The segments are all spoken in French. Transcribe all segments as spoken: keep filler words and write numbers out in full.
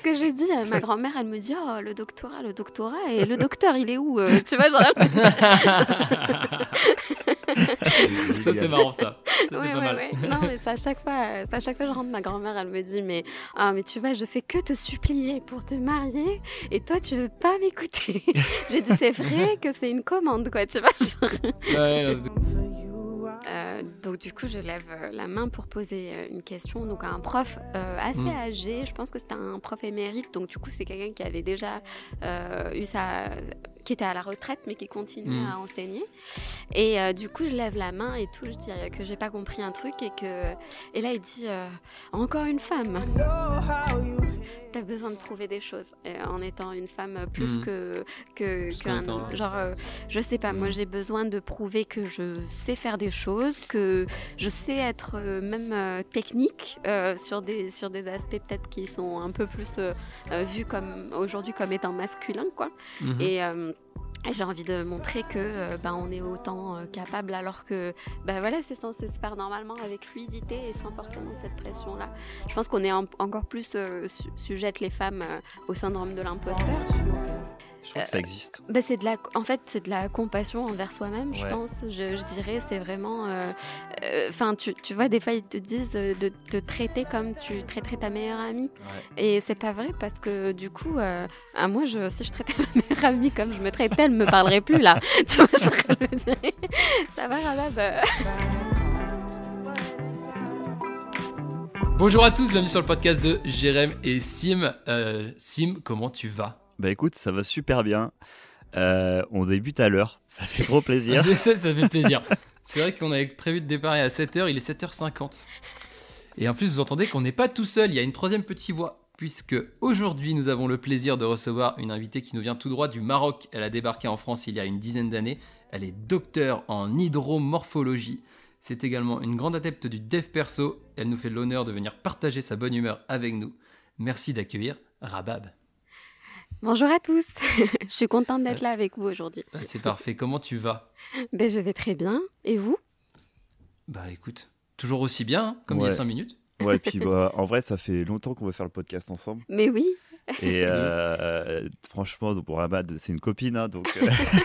que je dis, euh, ma grand-mère, elle me dit, oh, le doctorat, le doctorat, et le docteur, il est où euh, tu vois, genre... ça, c'est marrant, ça. ça ouais, c'est pas ouais, mal. ouais. Non, mais c'est à chaque fois, c'est à chaque fois que je rentre, ma grand-mère, elle me dit, mais, ah, mais tu vois, je fais que te supplier pour te marier, et toi, tu veux pas m'écouter. Je lui dis, c'est vrai que c'est une commande, quoi, tu vois, genre... Ouais, non, Euh, donc du coup je lève euh, la main pour poser euh, une question donc à un prof euh, assez Mm. âgé, je pense que c'était un prof émérite, donc du coup c'est quelqu'un qui avait déjà euh, eu sa... qui était à la retraite mais qui continuait Mm. à enseigner et euh, du coup je lève la main et tout, je dis euh, que j'ai pas compris un truc et que et là il dit euh, encore une femme, t'as besoin de prouver des choses et en étant une femme plus Mm. que, que Plus qu'un qu'un homme. temps. Genre euh, je sais pas, Mm. moi j'ai besoin de prouver que je sais faire des choses, que je sais être euh, même euh, technique euh, sur des sur des aspects peut-être qui sont un peu plus euh, euh, vus comme aujourd'hui comme étant masculins quoi. Mhm. Et euh, et j'ai envie de montrer que euh, ben, on est autant euh, capable alors que ben, voilà, c'est censé se faire normalement avec fluidité et sans forcément cette pression-là. Je pense qu'on est en- encore plus euh, su- sujette les femmes euh, au syndrome de l'imposteur. Je trouve que ça existe. Ben, c'est de la, en fait, c'est de la compassion envers soi-même, je Ouais. pense. Je, je dirais, c'est vraiment... Enfin, euh, euh, tu, tu vois, des fois, ils te disent euh, de te traiter comme tu traiterais ta meilleure amie. Ouais. Et c'est pas vrai parce que du coup, euh, à moi, je, si je traitais ma meilleure amie comme je me traitais, elle me parlerait plus là. Tu vois, je me dirais, ça va, Rabab euh. Bonjour à tous, bienvenue sur le podcast de Jérém et Sim. Euh, Sim, comment tu vas? Bah écoute, ça va super bien. Euh, on débute à l'heure, ça fait trop plaisir. ça, ça fait plaisir. C'est vrai qu'on avait prévu de démarrer à sept heures, il est sept heures cinquante. Et en plus, vous entendez qu'on n'est pas tout seul, il y a une troisième petite voix. Puisque aujourd'hui, nous avons le plaisir de recevoir une invitée qui nous vient tout droit du Maroc. Elle a débarqué en France il y a une dizaine d'années. Elle est docteure en hydromorphologie. C'est également une grande adepte du dev perso. Elle nous fait l'honneur de venir partager sa bonne humeur avec nous. Merci d'accueillir Rabab. Bonjour à tous. Je suis contente d'être là avec vous aujourd'hui. Ah, c'est parfait, comment tu vas? Ben, je vais très bien. Et vous? Bah écoute, toujours aussi bien, hein, comme il y a Ouais. cinq minutes. Ouais, puis bah, en vrai, ça fait longtemps qu'on veut faire le podcast ensemble. Mais oui. Et euh, franchement, pour Ahmad, c'est une copine, hein, donc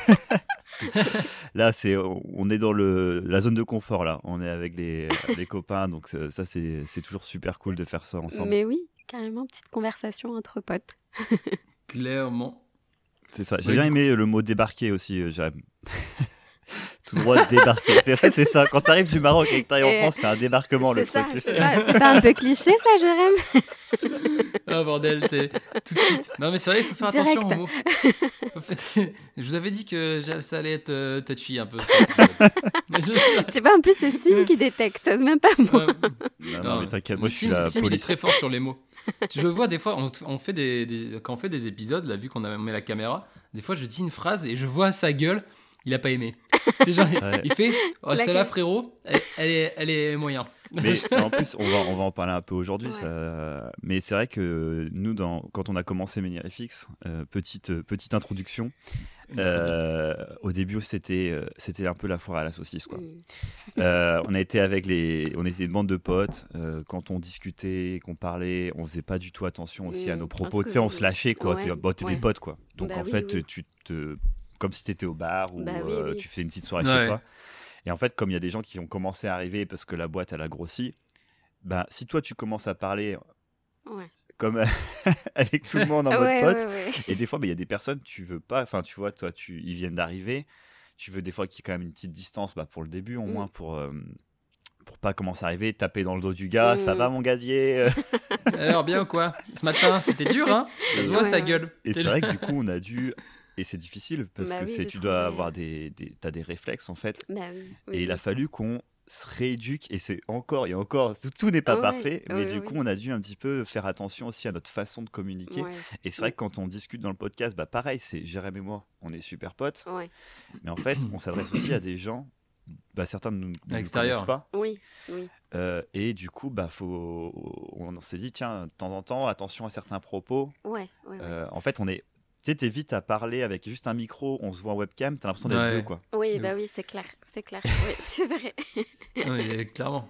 euh, là, c'est, on est dans le, la zone de confort là. On est avec les, les copains, donc ça, ça, c'est, c'est toujours super cool de faire ça ensemble. Mais oui, carrément, petite conversation entre potes. Clairement. C'est ça. J'ai Ouais, bien du coup- aimé le mot débarquer aussi, euh, Jérém. Tout droit débarquer. C'est vrai, c'est ça. Quand t'arrives du Maroc et que t'arrives Et en France, c'est un débarquement le C'est ça, truc. c'est pas, c'est pas un peu cliché ça, Jérém? Ah bordel, c'est tout de suite. Non mais c'est vrai, il faut faire Direct. attention aux mots. Faut faire- Je vous avais dit que j'a- ça allait être euh, touchy un peu. ça. Mais je- Tu vois, en plus, c'est Sim qui détecte, même pas moi. Ouais. Non, non, Non, mais t'inquiète, moi je suis Sim- la Sim, il est police. très fort sur les mots. Je le vois des fois, on, on fait des, des- quand on fait des épisodes, là, vu qu'on a mis la caméra, des fois je dis une phrase et je vois sa gueule, il a pas aimé. C'est genre, Ouais. il fait, oh, La celle-là gueule. frérot, elle, elle est, elle est moyen. Mais en plus, on va, on va en parler un peu aujourd'hui. Ouais. Ça... Mais c'est vrai que nous, dans, quand on a commencé Menirefix, euh, petite, petite introduction, euh, au début, c'était, euh, c'était un peu la foire à la saucisse, quoi. Mm. Euh, on a été avec les, on était une bande de potes. Euh, quand on discutait, qu'on parlait, on faisait pas du tout attention aussi à Mm. nos Parce propos. que- Tu sais, on se lâchait, quoi. Ouais. T'es, bon, t'es Ouais. des potes, quoi. Donc Bah en oui, fait, oui. tu te, comme si t'étais au bar ou Bah oui, euh, oui. tu faisais une petite soirée Ouais. chez toi. Et en fait, comme il y a des gens qui ont commencé à arriver parce que la boîte elle a grossi, ben si toi tu commences à parler Ouais. comme avec tout le monde en mode Ouais, pote, ouais, ouais. et des fois, ben, il y a des personnes tu veux pas. Enfin, tu vois, toi, tu, ils viennent d'arriver. Tu veux des fois qu'il y ait quand même une petite distance, bah, pour le début au Mm. moins pour. euh, pour pas commencer à arriver, taper dans le dos du gars, Mm. ça va mon gazier. Alors bien ou quoi? Ce matin, c'était dur, hein? Ça se voit Ouais, ta ouais. gueule. Et c'est vrai que du coup, on a dû. Et c'est difficile parce Bah que oui, c'est, de tu dois trouver- avoir des, des, t'as des réflexes en fait. Bah oui. oui, Et il a oui. fallu qu'on se rééduque. Et c'est encore, et encore, tout, tout n'est pas Ouais, parfait. Mais ouais, du ouais. coup, on a dû un petit peu faire attention aussi à notre façon de communiquer. Ouais, Et c'est vrai que quand on discute dans le podcast, bah pareil, c'est Jérém et moi, on est super potes. ouais. Mais en fait, on s'adresse aussi à des gens. Bah, certains ne nous, ne nous l'extérieur. connaissent pas. Oui, oui. Euh, et du coup, bah, faut... on s'est dit, tiens, de temps en temps, attention à certains propos. Ouais, ouais, ouais. Euh, en fait, on est. Tu sais, t'es vite à parler avec juste un micro, on se voit en webcam, t'as l'impression d'être Ouais. deux, quoi. Oui, de bah ouf. oui, c'est clair, c'est clair. Oui, c'est vrai. Non, mais clairement.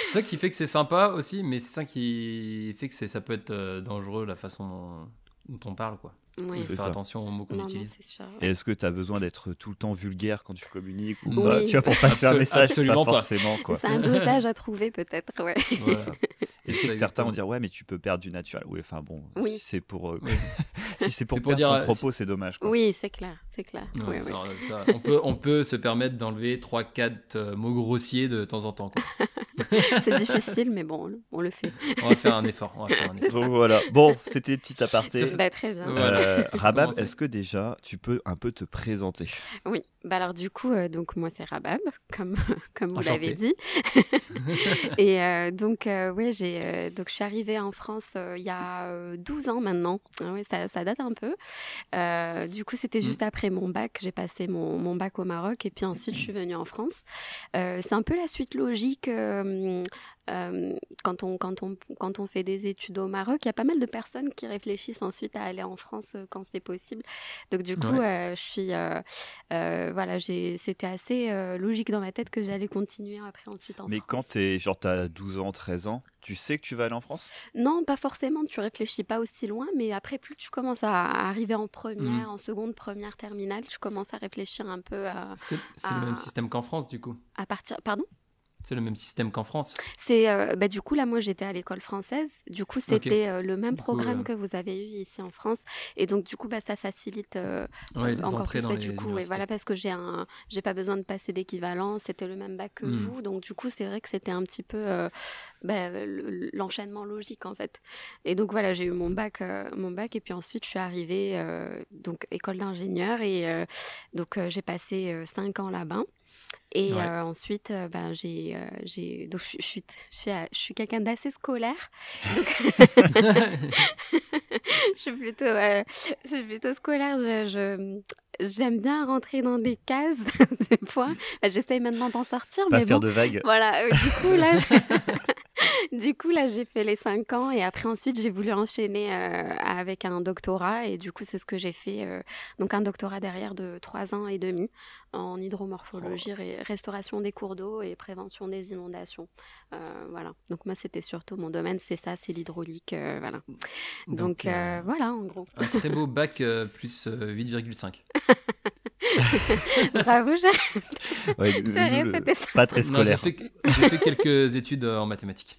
C'est ça qui fait que c'est sympa aussi, mais c'est ça qui fait que c'est, ça peut être euh, dangereux la façon dont, dont on parle, quoi. Oui. Il faut C'est faire ça. attention aux mots qu'on Non, non, utilise. c'est sûr. Et est-ce que tu as besoin d'être tout le temps vulgaire quand tu communiques ou Oui. pas, tu vois, pour passer un Absol- message, absolument pas pas. forcément, quoi. C'est un dosage à trouver peut-être, ouais. Voilà. Et je sais que certains vont dire ouais, mais tu peux perdre du naturel. Oui, enfin bon, Oui. si c'est pour, euh, Oui. si c'est pour C'est pour perdre dire, ton euh, propos, c'est dommage, quoi. Oui, c'est clair, c'est clair. Non, Ouais, ouais. alors, ça, on, peut, on peut se permettre d'enlever trois quatre euh, mots grossiers de temps en temps, quoi. C'est difficile, mais bon, on le fait. On va faire un effort. On va faire un C'est effort. Donc voilà. Bon, c'était petit aparté. Sur- Bah, très bien. Ouais. Voilà. Euh, Rabab, Commencez. est-ce que déjà tu peux un peu te présenter? Oui, bah alors du coup, euh, donc moi c'est Rabab, comme, comme vous Enchanté. l'avez dit. Et euh, donc, euh, ouais, j'ai, euh, donc je suis arrivée en France euh, il y a euh, douze ans maintenant. Ah ouais, ça, ça date un peu. Euh, du coup, c'était juste après mon bac. J'ai passé mon, mon bac au Maroc et puis ensuite je suis venue en France. Euh, c'est un peu la suite logique. euh, Euh, quand, on, quand, on, quand on fait des études au Maroc, il y a pas mal de personnes qui réfléchissent ensuite à aller en France euh, quand c'est possible. Donc du coup, Ouais. euh, je suis, euh, euh, voilà, j'ai, c'était assez euh, logique dans ma tête que j'allais continuer après ensuite en Mais France. quand t'es genre t'as douze ans, treize ans, tu sais que tu vas aller en France? Non, pas forcément, tu réfléchis pas aussi loin, mais après, plus tu commences à, à arriver en première, Mhm. en seconde, première, terminale, tu commences à réfléchir un peu à, C'est, c'est Ah. le même système qu'en France, du coup. à partir... Pardon? C'est le même système qu'en France. C'est, euh, bah, du coup, là, moi, j'étais à l'école française. Du coup, c'était euh, le même Du coup, programme euh, que vous avez eu ici en France. Et donc, du coup, bah, ça facilite euh, Ouais, les encore entrées plus. dans Bah, les du coup, et universités. voilà, parce que j'ai un, j'ai pas besoin de passer d'équivalent. C'était le même bac que Mm. vous. Donc, du coup, c'est vrai que c'était un petit peu euh, bah, le- l'enchaînement logique, en fait. Et donc, voilà, j'ai eu mon bac, euh, mon bac. Et puis ensuite, je suis arrivée, euh, donc, école d'ingénieur. Et euh, donc, euh, j'ai passé euh, cinq ans là-bas. Et Ouais. euh, ensuite, euh, ben, j'ai, euh, j'ai, donc je, je suis, je suis, euh, je suis quelqu'un d'assez scolaire. Donc, je suis plutôt, euh, je suis plutôt scolaire. Je, je- j'aime bien rentrer dans des cases, des fois. Enfin, j'essaye maintenant d'en sortir, Pas mais faire bon. de vagues. Voilà. euh, du coup là, je- du coup là, j'ai fait les cinq ans et après ensuite j'ai voulu enchaîner euh, avec un doctorat et du coup c'est ce que j'ai fait. euh, donc un doctorat derrière de trois ans et demi en hydromorphologie, ré- restauration des cours d'eau et prévention des inondations. Euh, voilà. Donc moi c'était surtout mon domaine, c'est ça, c'est l'hydraulique. euh, voilà. Donc, euh, euh, voilà en gros. un très beau bac euh, plus euh, huit virgule cinq. Bravo, j'ai- Ouais, c'est nous, vrai, le- c'était ça. pas très Non, j'ai scolaire. fait, j'ai fait quelques études euh, en mathématiques.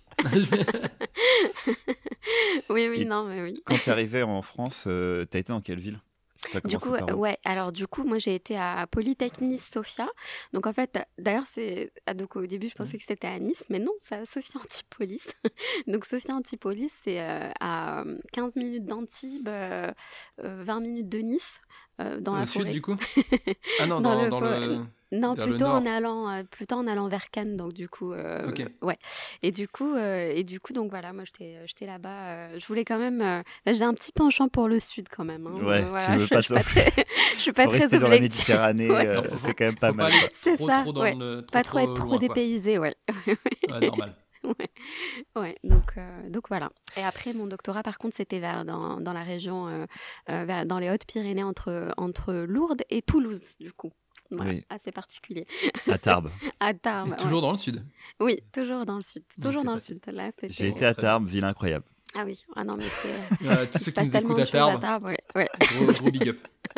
Oui, oui, Et non, mais oui. Quand t'es arrivé en France, euh, t'as été dans quelle ville? T'as Du commencé coup, par où? ouais, alors du coup, moi j'ai été à Polytechnique Sofia. Donc en fait, d'ailleurs, c'est. Ah, donc au début, je pensais que c'était à Nice, mais non, c'est à Sofia Antipolis. Donc Sofia Antipolis, c'est euh, à quinze minutes d'Antibes, euh, euh, vingt minutes de Nice, euh, dans Au la sud, forêt. du coup Ah non, Dans dans, le dans po- le... Non, vers le plutôt en nord. allant, euh, plutôt en allant vers Cannes, donc du coup, euh, Ok. ouais. Et du coup, euh, et du coup, donc voilà, moi j'étais, j'étais là-bas. euh, je voulais quand même, euh, bah, j'ai un petit penchant pour le sud quand même. Hein, Ouais, euh, tu voilà, veux je, pas je suis pas te- très, je suis pas Faut très rester dans la objective. Méditerranée, Ouais. euh, Non, faut- c'est quand même Faut pas pas mal. aller quoi. C'est trop, ça, trop dans ouais. le... Trop, Pas trop être trop loin, quoi. dépaysé, ouais. Ouais, normal. Ouais, donc, euh, donc voilà. Et après, mon doctorat, par contre, c'était vers, dans, dans la région, euh, euh, vers- dans les Hautes-Pyrénées, entre, entre Lourdes et Toulouse, du coup. Voilà, Oui. assez particulier. À Tarbes. À Tarbes. Mais ouais. toujours dans le sud. Oui, toujours dans le sud. Donc, Toujours c'est dans le facile. sud. Là, c'était... J'ai été à Très Tarbes, ville incroyable. Ah oui, ah non, mais c'est... Voilà, tous il ceux se qui passe nous tellement écoutent de à choses à Tarbes, Tarbes, ouais. ouais. gros, gros big up.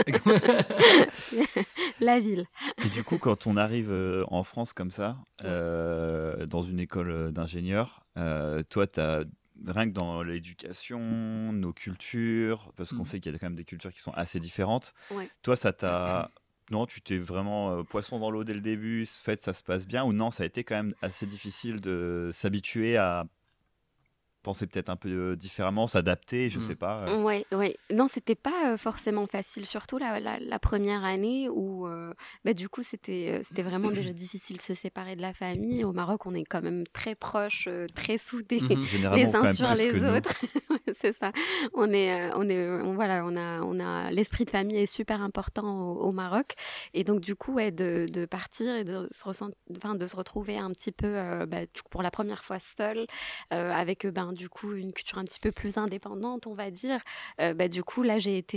C'est la ville. Et du coup, quand on arrive euh, en France comme ça, euh, dans une école euh, d'ingénieur, euh, toi, t'as rien que dans l'éducation, nos cultures, parce qu'on Mhm. sait qu'il y a quand même des cultures qui sont assez différentes. Ouais. Toi, ça t'a... Non, tu t'es vraiment euh, poisson dans l'eau dès le début, ce fait, ça se passe bien, ou non, ça a été quand même assez difficile de s'habituer à penser peut-être un peu euh, différemment, s'adapter, je Mm. sais pas. euh. Ouais, ouais. Non, c'était pas euh, forcément facile, surtout la, la, la première année où, euh, bah, du coup, c'était euh, c'était vraiment déjà difficile de se séparer de la famille. Au Maroc, on est quand même très proches, euh, très soudés. Mhm. Généralement, Les quand uns même sur plus les que nous. autres. Ouais, c'est ça. On est, euh, on est, on, voilà, on a, on a l'esprit de famille est super important au, au Maroc, et donc du coup, ouais, de, de partir et de se ressentir, enfin, de se retrouver un petit peu, euh, bah, du coup, pour la première fois seule, euh, avec, euh, ben, du coup, une culture un petit peu plus indépendante, on va dire. Euh, bah, du coup, là, j'ai été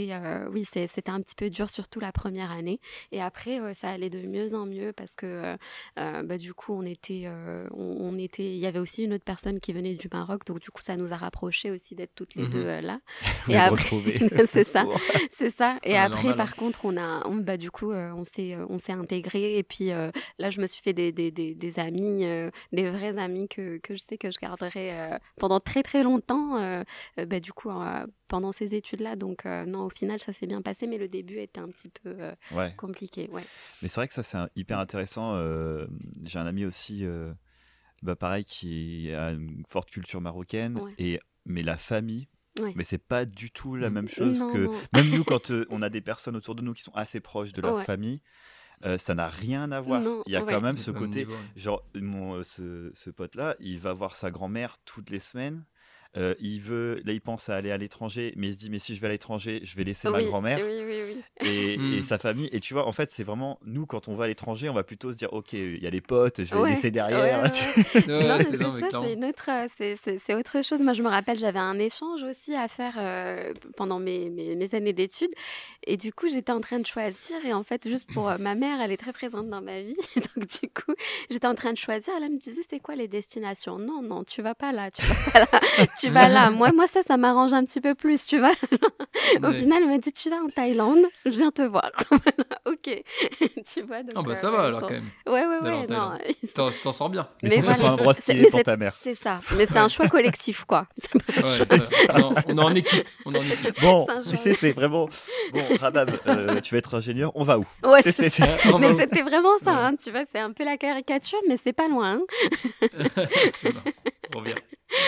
c'était, euh, oui, c'est, c'était un petit peu dur, surtout la première année. Et après, euh, ça allait de mieux en mieux parce que euh, euh, bah, du coup, on était, euh, on, on était, il y avait aussi une autre personne qui venait du Maroc, donc du coup, ça nous a rapprochés aussi d'être toutes les Mhm. deux euh, là. On Et est après, retrouvés. c'est ça, c'est ça. Et Ah, après, normal, par hein. contre, on a, on, bah, du coup, euh, on s'est, euh, on s'est intégrés. Et puis euh, là, je me suis fait des, des, des, des amis, euh, des vrais amis que, que je sais que je garderai euh, pendant très très longtemps. Euh, euh, bah, du coup, euh, pendant ces études-là. Donc euh, non, au final, ça s'est bien passé, mais le début était un petit peu euh, Ouais. compliqué. Ouais. Mais c'est vrai que ça, c'est un- hyper intéressant. euh, J'ai un ami aussi, euh, bah, pareil, qui a une forte culture marocaine, Ouais. et, mais la famille. Ouais. Mais c'est pas du tout la Mm. même chose Non, que. non. Même nous, quand euh, on a des personnes autour de nous qui sont assez proches de leur Ouais. famille, euh, ça n'a rien à voir. Non, Il y a ouais. quand même C'est ce pas au même côté. niveau, ouais. Genre, mon, euh, ce, ce pote-là, il va voir sa grand-mère toutes les semaines. Euh, il veut, là, il pense à aller à l'étranger, mais il se dit, mais si je vais à l'étranger, je vais laisser ma Oui, grand-mère oui, oui, oui. et, Mm. et sa famille. Et tu vois, en fait, c'est vraiment nous, quand on va à l'étranger, on va plutôt se dire, ok, il y a les potes, je vais Ouais, les laisser ouais, derrière. ouais, ouais. Ouais, Non, ouais, mais c'est c'est non, mais ça, clairement. c'est une autre, euh, c'est, c'est, c'est autre chose. Moi, je me rappelle, j'avais un échange aussi à faire euh, pendant mes, mes, mes années d'études. Et du coup, j'étais en train de choisir. Et en fait, juste pour euh, ma mère, elle est très présente dans ma vie. Donc, du coup, j'étais en train de choisir. Elle me disait, c'est quoi les destinations? Non, non, tu vas pas là, tu vas pas là, tu vas là. Moi, moi, ça, ça m'arrange un petit peu plus, tu vois. Au Ouais. final, elle m'a dit, tu vas en Thaïlande, je viens te voir. Voilà, ok. Tu vois, donc. Ah bah euh, ça ouais, va ils alors sont- quand même. Ouais, ouais, D'aller en ouais, non. Thaïlande. ils sont- T'en t'en sors bien. Mais Mais faut que ce soit voilà. un endroit C'est- stylé mais pour c'est- ta mère. C'est ça. Mais c'est un choix collectif, quoi. C'est pas un Ouais, choix- ouais. On, est en- on est en équipe. On est en équipe. Bon, C'est un tu genre- sais, c'est vraiment. Bon, Rabab, euh, tu vas être ingénieur, on va où? Ouais, C'est- c'est c'est- ça. Ouais, on va Mais où c'était vraiment ça, Ouais. hein, tu vois, c'est un peu la caricature, mais c'est pas loin. hein. C'est bon. Trop bien.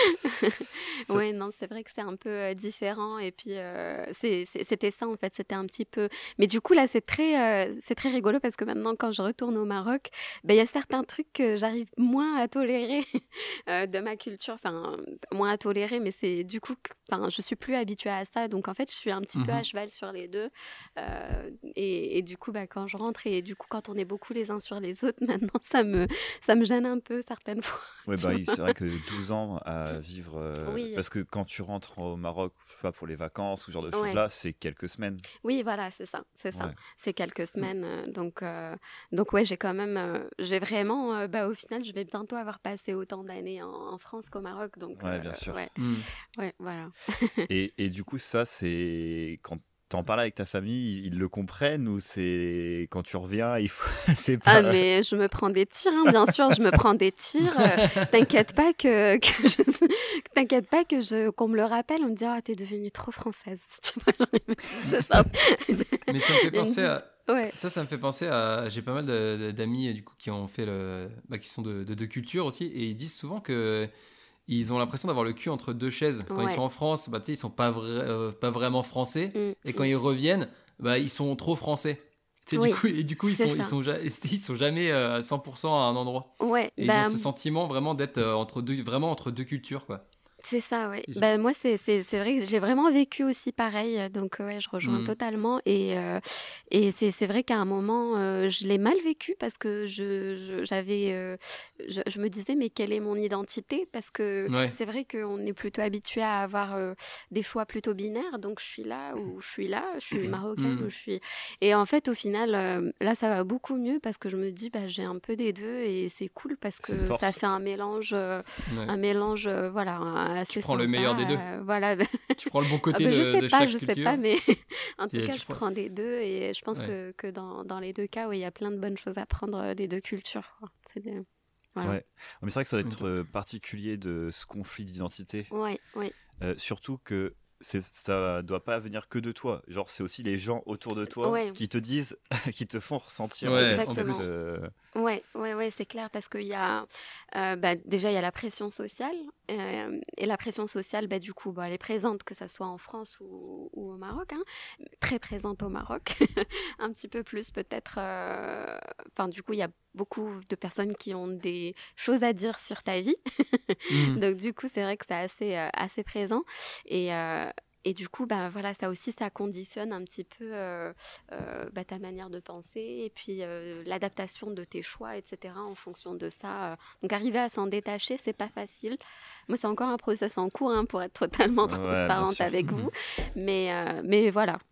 Ça- Ouais, non, c'est vrai que c'est un peu euh, différent. Et puis, euh, c'est- c'est- c'était ça, en fait. C'était un petit peu. Mais du coup, là, c'est très, euh, c'est très rigolo parce que maintenant, quand je retourne au Maroc, ben, il y a certains trucs que j'arrive moins à tolérer euh, de ma culture. Enfin, moins à tolérer, mais c'est du coup, que- enfin, je suis plus habituée à ça. Donc, en fait, je suis un petit peu à Mhm. cheval sur les deux. Euh, et, et du coup, bah, quand je rentre et du coup, quand on est beaucoup les uns sur les autres, maintenant, ça me, ça me gêne un peu certaines fois. Ouais, tu bah, vois. oui, c'est vrai que douze ans à vivre. euh, Oui. Parce que quand tu rentres au Maroc, je sais pas, pour les vacances ou ce genre de Ouais. choses-là, c'est quelques semaines. Oui, voilà, c'est ça, c'est ça. Ouais. C'est quelques semaines, euh, donc euh, donc ouais, j'ai quand même, euh, j'ai vraiment, euh, bah au final, je vais bientôt avoir passé autant d'années en, en France qu'au Maroc, donc Ouais, euh, bien sûr. ouais, Mm. ouais, voilà. Et, et du coup, ça, c'est. Quand t'en parles avec ta famille, ils, ils le comprennent ou c'est. Quand tu reviens, il faut. c'est pas. Ah mais je me prends des tirs, hein, bien sûr, je me prends des tirs. euh, t'inquiète pas que, que je, t'inquiète pas que je, qu'on me le rappelle, on me dit ah t'es devenue trop française, tu vois. genre, genre- Mais ça me fait Ils me penser à. Ouais. Ça, ça me fait penser à. J'ai pas mal de- de- d'amis du coup qui ont fait le. Bah, qui sont de, de deux cultures aussi, et ils disent souvent que ils ont l'impression d'avoir le cul entre deux chaises. Quand ils Ouais. sont en France, bah tu sais, ils sont pas vra- euh, pas vraiment français, Mm. et quand ils reviennent, bah ils sont trop français. Tu sais, Oui, du coup, et du coup, ils c'est sont, ils ça. sont, ja- ils sont jamais euh, à cent pour cent à un endroit. Ouais, Et bah, ils ont ce sentiment vraiment d'être euh, entre deux, vraiment entre deux cultures, quoi. c'est ça, ouais. Et j'ai- Bah, moi, c'est, c'est, c'est vrai que j'ai vraiment vécu aussi pareil. euh, Donc, euh, ouais, je rejoins Mm. totalement. Et, euh, et c'est, c'est vrai qu'à un moment, euh, je l'ai mal vécu parce que je, je- j'avais, euh, je, je me disais, mais quelle est mon identité? Parce que Ouais. c'est vrai qu'on est plutôt habitué à avoir euh, des choix plutôt binaires. Donc, je suis là ou je suis là, je suis marocaine Mm. ou je suis. Et en fait, au final, euh, là, ça va beaucoup mieux parce que je me dis, bah, j'ai un peu des deux et c'est cool parce C'est que une force. ça fait un mélange. euh, Ouais. un mélange euh, voilà assez prends le sympa, meilleur des deux. euh, voilà. Tu prends le bon Ah côté bah, de, je sais de pas chaque je culture. sais pas mais en tout Si, cas tu je prends- prends des deux et je pense Ouais. que, que dans, dans les deux cas ouais, il y a plein de bonnes choses à prendre euh, des deux cultures quoi. C'est des... voilà. Ouais. Mais c'est vrai que ça doit être Ok. euh, particulier de ce conflit d'identité. ouais ouais Euh, surtout que c'est, ça doit pas venir que de toi. Genre, c'est aussi les gens autour de toi Ouais. qui te disent, qui te font ressentir. Ouais, en fait, Exactement. cette, euh, Ouais, ouais, ouais, c'est clair parce qu'il y a euh, bah, déjà il y a la pression sociale euh, et la pression sociale bah, du coup bah, elle est présente que ça soit en France ou, ou au Maroc, hein, très présente au Maroc, un petit peu plus peut-être. euh, Enfin du coup il y a beaucoup de personnes qui ont des choses à dire sur ta vie, Mm. donc du coup c'est vrai que c'est assez euh, assez présent et euh, et du coup, bah, voilà, ça aussi, ça conditionne un petit peu euh, euh, bah, ta manière de penser et puis euh, l'adaptation de tes choix, et cetera en fonction de ça. Donc, arriver à s'en détacher, c'est pas facile. Moi, c'est encore un process en cours hein, pour être totalement Ouais, bien transparente sûr. avec Mhm. vous. Mais, euh, mais voilà,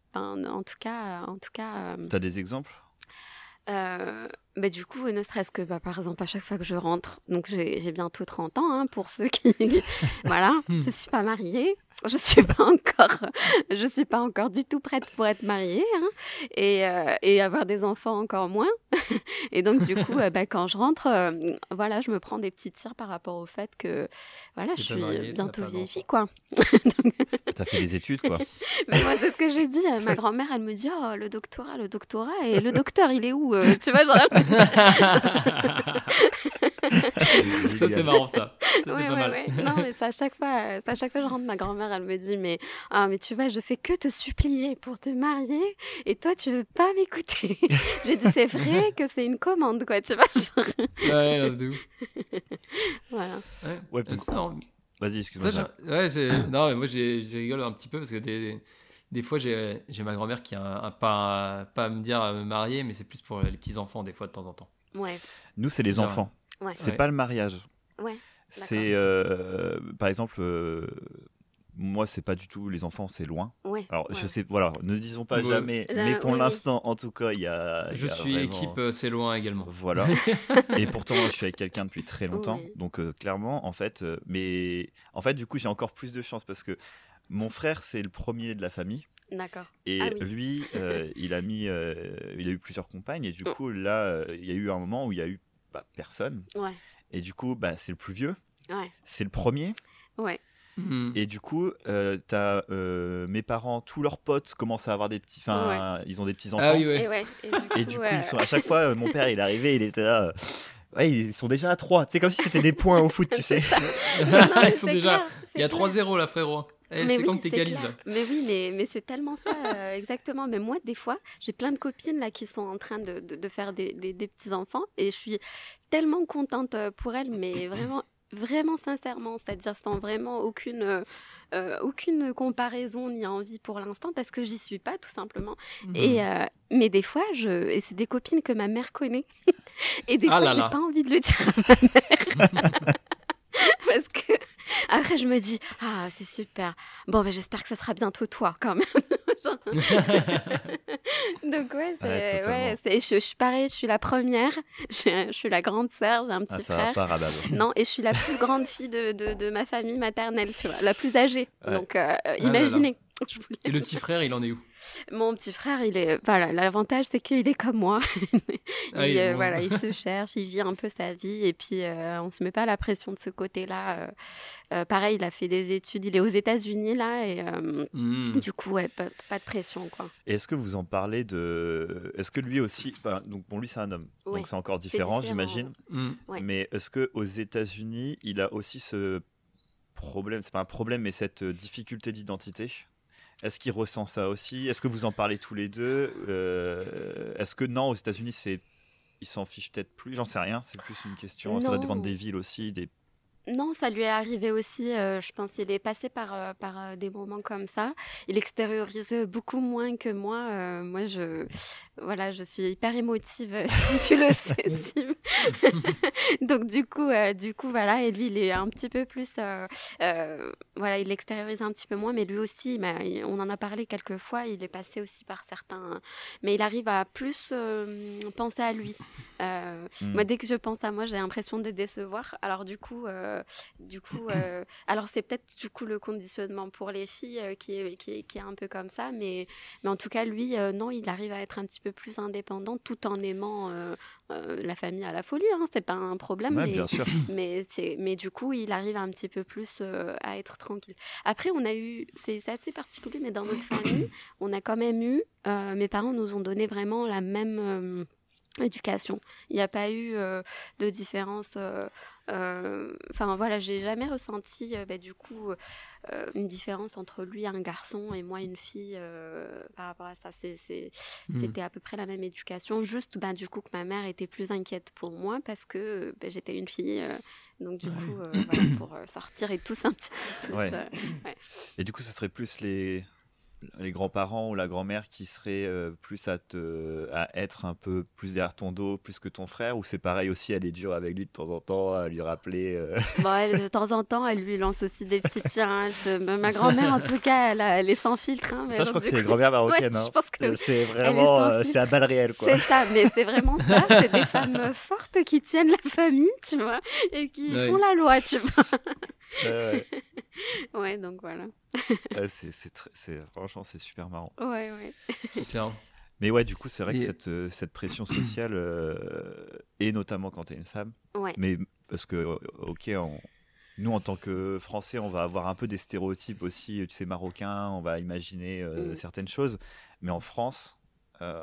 Enfin, en tout cas, en tout cas. Euh, T'as des exemples? Euh, bah, du coup, ne serait-ce que, bah, par exemple, à chaque fois que je rentre, donc j'ai, j'ai bientôt trente ans, hein, pour ceux qui... voilà, je suis pas mariée, je suis pas encore, je suis pas encore du tout prête pour être mariée, hein, et, euh, et avoir des enfants encore moins. Et donc, du coup, euh, bah, quand je rentre, euh, voilà, je me prends des petits tirs par rapport au fait que, voilà, T'es je pas suis mariée, t'as bientôt pas vieille d'enfant. fille, quoi. T'as fait des études, quoi. Mais moi, c'est ce que j'ai dit. euh, Ma grand-mère, elle me dit, oh, le doctorat, le doctorat, et le docteur, il est où euh, Tu vois, genre... Ça, c'est marrant, ça. Ça, c'est Ouais, pas ouais, mal. ouais. Non, mais c'est à chaque fois, euh, c'est à chaque fois que je rentre, ma grand-mère, elle me dit, mais, ah, mais tu vois, je fais que te supplier pour te marier, et toi, tu veux pas m'écouter. J'ai dit, c'est vrai que c'est une commande, quoi, tu vois. Genre... Ouais, non, de ouf. Voilà. Ouais, Ouais, c'est ça, hein. Vas-y, excuse-moi. Ça, j'ai- ouais, j'ai- non, mais moi, j'ai- je rigole un petit peu parce que des, des fois, j'ai j'ai ma grand-mère qui a un, un- pas, pas à me dire à me marier, mais c'est plus pour les petits-enfants, des fois, de temps en temps. Ouais, Nous, c'est les Genre, enfants. ouais, C'est Ouais. pas le mariage. ouais. C'est, euh, par exemple, euh, moi, c'est pas du tout les enfants, c'est loin. Ouais. Alors, ouais. je sais, voilà, ne disons pas Ouais. jamais, Euh, mais pour oui, oui. l'instant, en tout cas, il y a. il Je y a suis vraiment- équipe euh, C'est loin également. Voilà. Et pourtant, je suis avec quelqu'un depuis très longtemps. Oui. Donc, euh, clairement, en fait, euh, mais en fait, du coup, j'ai encore plus de chance parce que mon frère, c'est le premier de la famille. D'accord. Et Ah oui. lui, euh, il a mis, euh, il a eu plusieurs compagnes. Et du Mm. coup, là, euh, il y a eu un moment où il y a eu bah, personne. Ouais, Et du coup, bah, c'est le plus vieux. ouais, C'est le premier. ouais. Mhm. Et du coup, euh, t'as euh, mes parents, tous leurs potes commencent à avoir des petits. Enfin, ils ont des petits enfants. Ah oui, ouais. Et ouais. Et du coup, Et du coup, euh, ils sont, à chaque fois, euh, mon père, il est arrivé, il était là. euh, ouais, ils sont déjà à trois. C'est comme si c'était des points au foot, tu sais. non, mais Ils sont c'est déjà- clair, c'est Il y a clair. trois zéro là, frérot. Eh, Mais c'est quand oui, que t'es c'est calice clair. là Mais oui, mais, mais c'est tellement ça, euh, exactement. Mais moi, des fois, j'ai plein de copines là qui sont en train de, de, de faire des, des, des petits-enfants et je suis tellement contente euh, pour elles, mais vraiment, vraiment sincèrement, c'est-à-dire sans vraiment aucune, euh, euh, aucune comparaison ni envie pour l'instant parce que j'y suis pas, tout simplement. Mhm. Et, euh, mais des fois, je... et c'est des copines que ma mère connaît. Et des Ah fois, là j'ai là. pas envie de le dire à ma mère. Parce que après, je me dis, ah, c'est super. Bon, ben, j'espère que ça sera bientôt toi, quand même. Genre- Donc, ouais, c'est, Ouais, totalement. ouais, c'est, je, je suis pareil, je suis la première. Je, je suis la grande sœur, j'ai un petit Ah, ça va frère. pas, Rabab. Non, et je suis la plus grande fille de, de, de ma famille maternelle, tu vois, la plus âgée. Ouais. Donc, euh, là là. imaginez. Je voulais- Et le petit frère, il en est où? Mon petit frère, il est, voilà, l'avantage c'est qu'il est comme moi. il, Ah, il- euh, bon. voilà, il se cherche, il vit un peu sa vie et puis euh, on se met pas la pression de ce côté-là. Euh, euh, pareil, il a fait des études, il est aux États-Unis là et euh, Mhm. du coup, ouais, pas, pas de pression quoi. Et est-ce que vous en parlez de. Est-ce que lui aussi. Enfin, donc, bon, lui, c'est un homme. Ouais, Donc, c'est encore différent, différent. j'imagine. Mhm. Ouais. Mais est-ce qu'aux États-Unis, il a aussi ce problème. C'est pas un problème, mais cette euh, difficulté d'identité? Est-ce qu'il ressent ça aussi? Est-ce que vous en parlez tous les deux? Euh, Est-ce que non, aux États-Unis, c'est. Il s'en fiche peut-être plus? J'en sais rien. C'est plus une question. Ça va Non. dépendre des villes aussi. Des... Non, ça lui est arrivé aussi. euh, je pense qu'il est passé par, euh, par euh, des moments comme ça. Il extériorise beaucoup moins que moi. Euh, moi, je, voilà, je suis hyper émotive. Tu le sais, Sim. Donc du coup, euh, du coup, voilà. Et lui, il est un petit peu plus, euh, euh, voilà, il extériorise un petit peu moins. Mais lui aussi, il m'a- il- on en a parlé quelques fois. Il est passé aussi par certains, mais il arrive à plus euh, penser à lui. Euh, Hmm. Moi, dès que je pense à moi, j'ai l'impression de les décevoir. Alors du coup. euh, du coup, euh, alors c'est peut-être du coup le conditionnement pour les filles euh, qui, est, qui, est, qui est un peu comme ça, mais, mais en tout cas, lui, euh, non, il arrive à être un petit peu plus indépendant tout en aimant euh, euh, la famille à la folie, hein, c'est pas un problème, Ouais, mais, bien sûr. mais, c'est, mais du coup, il arrive un petit peu plus euh, à être tranquille. Après, on a eu, c'est, c'est assez particulier, mais dans notre famille, on a quand même eu, euh, mes parents nous ont donné vraiment la même euh, éducation. Il n'y a pas eu euh, de différence. euh, Enfin euh, voilà, j'ai jamais ressenti euh, bah, du coup euh, une différence entre lui un garçon et moi une fille euh, par rapport à ça. C'est, c'est, Mhm. C'était à peu près la même éducation, juste bah, du coup que ma mère était plus inquiète pour moi parce que bah, j'étais une fille. Euh, donc du coup, euh, voilà, pour euh, sortir et tous un petit peu plus. Ouais. euh, ouais. Et du coup, ce serait plus les. les grands-parents ou la grand-mère qui seraient euh, plus à, te, à être un peu plus derrière ton dos, plus que ton frère, ou c'est pareil aussi, elle est dure avec lui de temps en temps, à lui rappeler euh... Bon, elle, de temps en temps, elle lui lance aussi des petits tirs. Hein. Se... Ma grand-mère, en tout cas, elle, a... elle est sans filtre. Hein, mais ça, je crois que c'est coup... les grand-mères marocaines. Ouais, hein. je pense que c'est vraiment, euh, c'est à balles réelles, quoi. C'est ça, mais c'est vraiment ça. C'est des femmes fortes qui tiennent la famille, tu vois, et qui Ouais. font la loi, tu vois. Ouais, ouais. Ouais, donc voilà. Ouais, c'est, c'est très, c'est, franchement, c'est super marrant. Ouais, ouais. C'est clair. Mais ouais, du coup, c'est vrai Et- que cette, euh, cette pression sociale, euh, et notamment quand tu es une femme, Ouais. mais parce que, euh, ok, on- nous, en tant que Français, on va avoir un peu des stéréotypes aussi, tu sais, marocains, on va imaginer euh, Mm. certaines choses, mais en France, euh,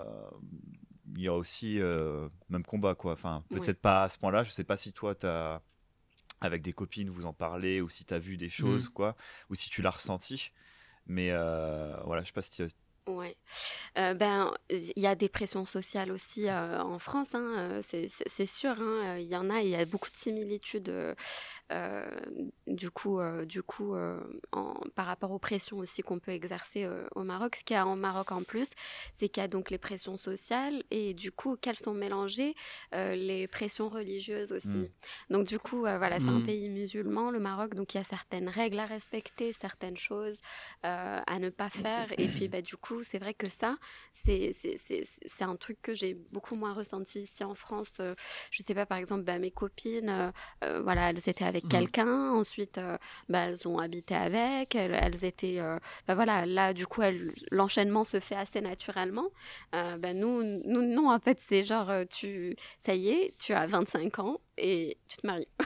il y a aussi euh, même combat, quoi. Enfin, peut-être Ouais. pas à ce point-là, je sais pas si toi, t'as, avec des copines, vous en parlez, ou si tu as vu des choses, quoi, ou si tu l'as ressenti, mais euh, voilà, je sais pas si tu Ouais. Euh, ben, il y a des pressions sociales aussi euh, en France, hein, euh, c'est, c'est, c'est sûr. Hein, il y en a, il y a beaucoup de similitudes. euh, euh, du coup, euh, du coup euh, en, par rapport aux pressions aussi qu'on peut exercer euh, au Maroc. Ce qu'il y a en Maroc en plus, c'est qu'il y a donc les pressions sociales et du coup, qu'elles sont mélangées, euh, les pressions religieuses aussi. Mm. Donc du coup, euh, voilà, c'est un Mm. pays musulman, le Maroc, donc il y a certaines règles à respecter, certaines choses euh, à ne pas faire. Et puis, bah, du coup, c'est vrai que ça, c'est, c'est, c'est, c'est un truc que j'ai beaucoup moins ressenti ici en France. Euh, je sais pas, par exemple, bah, mes copines, euh, euh, voilà, elles étaient avec Mhm. quelqu'un, ensuite, euh, bah, elles ont habité avec, elles, elles étaient, euh, bah, voilà, là, du coup, elles, l'enchaînement se fait assez naturellement. Euh, bah, nous, nous, non, en fait, c'est genre, euh, tu, ça y est, tu as vingt-cinq ans et tu te maries.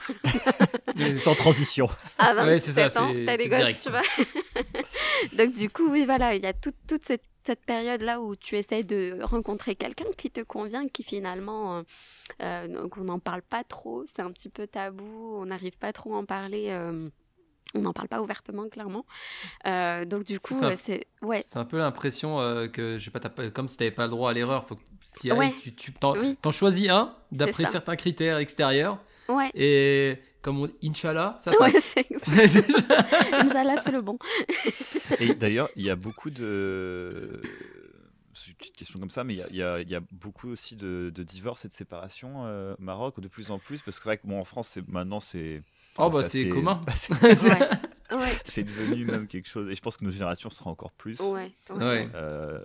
sans transition. À Ouais, c'est vingt-sept ça, ans, c'est- t'as des c'est gosses, direct. tu vois. Donc du coup, oui, voilà, il y a toute, toute cette, cette période-là où tu essayes de rencontrer quelqu'un qui te convient, qui finalement, euh, euh, donc on n'en parle pas trop, c'est un petit peu tabou, on n'arrive pas trop à en parler, euh, on n'en parle pas ouvertement, clairement. Euh, donc du coup, ça. euh, c'est... Ouais, C'est un peu l'impression euh, que, je sais pas, t'as pas- comme si t'avais pas le droit à l'erreur, faut que t'y ailles, Ouais. tu, tu t'en, Oui. t'en choisis un d'après ça. certains critères extérieurs, ouais, et comme on dit, Inch'Allah, ça ouais, passe. c'est exact. Inch'Allah, c'est le bon. Et d'ailleurs, il y a beaucoup de. C'est une petite question comme ça, mais il y a, il y a- il y a beaucoup aussi de, de divorces et de séparations euh, au Maroc, de plus en plus, parce que c'est vrai que bon, en France, c'est, maintenant, c'est. Oh bah ça, c'est commun. bah, c'est, Ouais, ouais, c'est devenu même quelque chose, et je pense que nos générations sera encore plus. ouais. ouais. Ouais. Euh,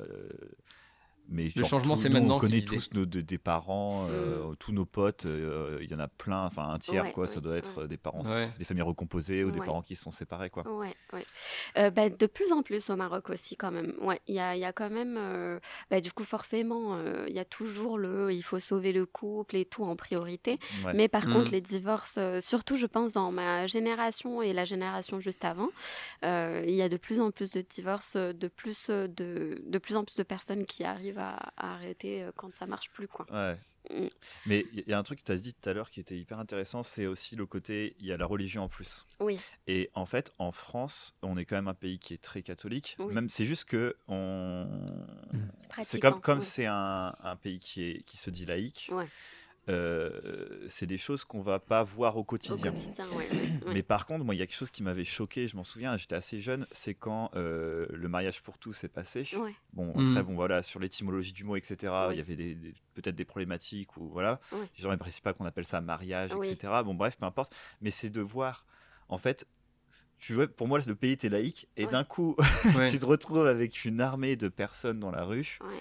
mais Le genre, changement, tout- c'est nous, maintenant, on tu connaît disais. tous nos, de- des parents, euh, tous nos potes, euh, il y en a plein, enfin un tiers, Ouais, quoi. Ça ouais, doit être ouais. des parents, Ouais. des familles recomposées ou des Ouais. parents qui se sont séparés, quoi. Ouais, ouais. Euh, bah, de plus en plus au Maroc aussi quand même. Ouais, il y a, il y a quand même, euh, bah, du coup forcément, euh, il y a toujours le, il faut sauver le couple et tout en priorité. Ouais. Mais par Mm. contre, les divorces, euh, surtout je pense dans ma génération et la génération juste avant, euh, il y a de plus en plus de divorces, euh, de plus, euh, de, de plus en plus de personnes qui arrivent à, à arrêter euh, quand ça marche plus, quoi. Ouais. Mm. Mais il y a un truc que tu as dit tout à l'heure qui était hyper intéressant, c'est aussi le côté, il y a la religion en plus. Oui. Et en fait, en France, on est quand même un pays qui est très catholique. Oui. Même c'est juste que on... c'est Pratiquant, comme, comme ouais. c'est un, un pays qui, est, qui se dit laïque, Ouais. euh, c'est des choses qu'on va pas voir au Au quotidien. quotidien, ouais. ouais. Mais par contre, moi, il y a quelque chose qui m'avait choqué, je m'en souviens, j'étais assez jeune, c'est quand euh, le mariage pour tous est passé. Ouais. Bon, Mm. après, bon, voilà, sur l'étymologie du mot, et cetera, Oui. il y avait des, des- peut-être des problématiques, ou voilà. Oui. Les gens n'apprécient pas qu'on appelle ça mariage, Oui. et cetera. Bon, bref, peu importe. Mais c'est de voir, en fait, tu vois, pour moi, le pays était laïque, et Ouais. d'un coup, Ouais. tu te retrouves avec une armée de personnes dans la rue. Ouais.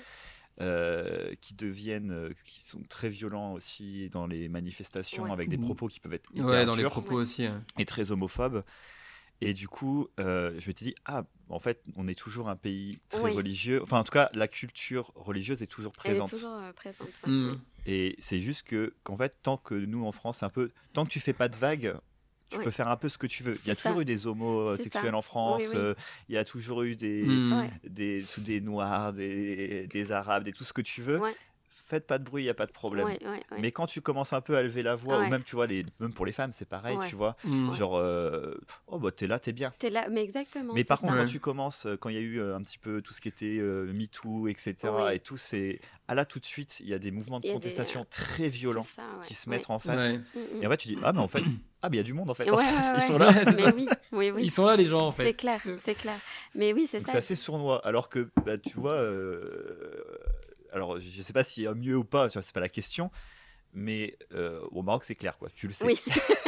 euh, qui deviennent, euh, qui sont très violents aussi dans les manifestations, Ouais. avec des propos qui peuvent être hyper Ouais, dans les durs propos Ouais. aussi. hein. et très homophobes. Et du coup, euh, je m'étais dit, ah, en fait, on est toujours un pays très Oui. religieux. Enfin, en tout cas, la culture religieuse est toujours Elle est présente. toujours euh, présente. ouais. Mm. Et c'est juste que, qu'en fait, tant que nous, en France, c'est un peu, tant que tu fais pas de vagues, tu Oui. peux faire un peu ce que tu veux. Il y a C'est ça. toujours eu des homosexuels ça. en France. Oui, oui. euh, il y a toujours eu des, Mm. Ouais. des, tous des noirs, des, des arabes, des tout ce que tu veux. Ouais. faites pas de bruit, il y a pas de problème. Ouais, ouais, ouais. Mais quand tu commences un peu à lever la voix, Ouais. ou même tu vois, les, même pour les femmes, c'est pareil, Ouais. tu vois, Mm. genre, euh, oh bah t'es là, t'es bien. T'es là, mais exactement. Mais c'est par ça. contre, Ouais. quand tu commences, euh, quand il y a eu euh, un petit peu tout ce qui était euh, MeToo, et cetera, Oui. et tout, c'est ah là tout de suite, il y a des mouvements de Il y a des, contestation euh, très violents C'est ça, ouais. qui se Ouais. mettent en face. Ouais. Mm, mm. Et en fait, tu dis ah mais en fait, ah mais il y a du monde en fait. Ouais, en ouais, face. ouais, Ils sont ouais. là. Ouais, c'est Mais ça. oui, oui, oui. Ils sont là, les gens, en fait. C'est clair, c'est clair. Mais oui, c'est Donc ça. c'est assez sournois. Alors que bah, tu vois, euh, alors je sais pas s'il y a mieux ou pas, tu vois, c'est pas la question. Mais euh, au Maroc, c'est clair, quoi. Tu le sais. Oui.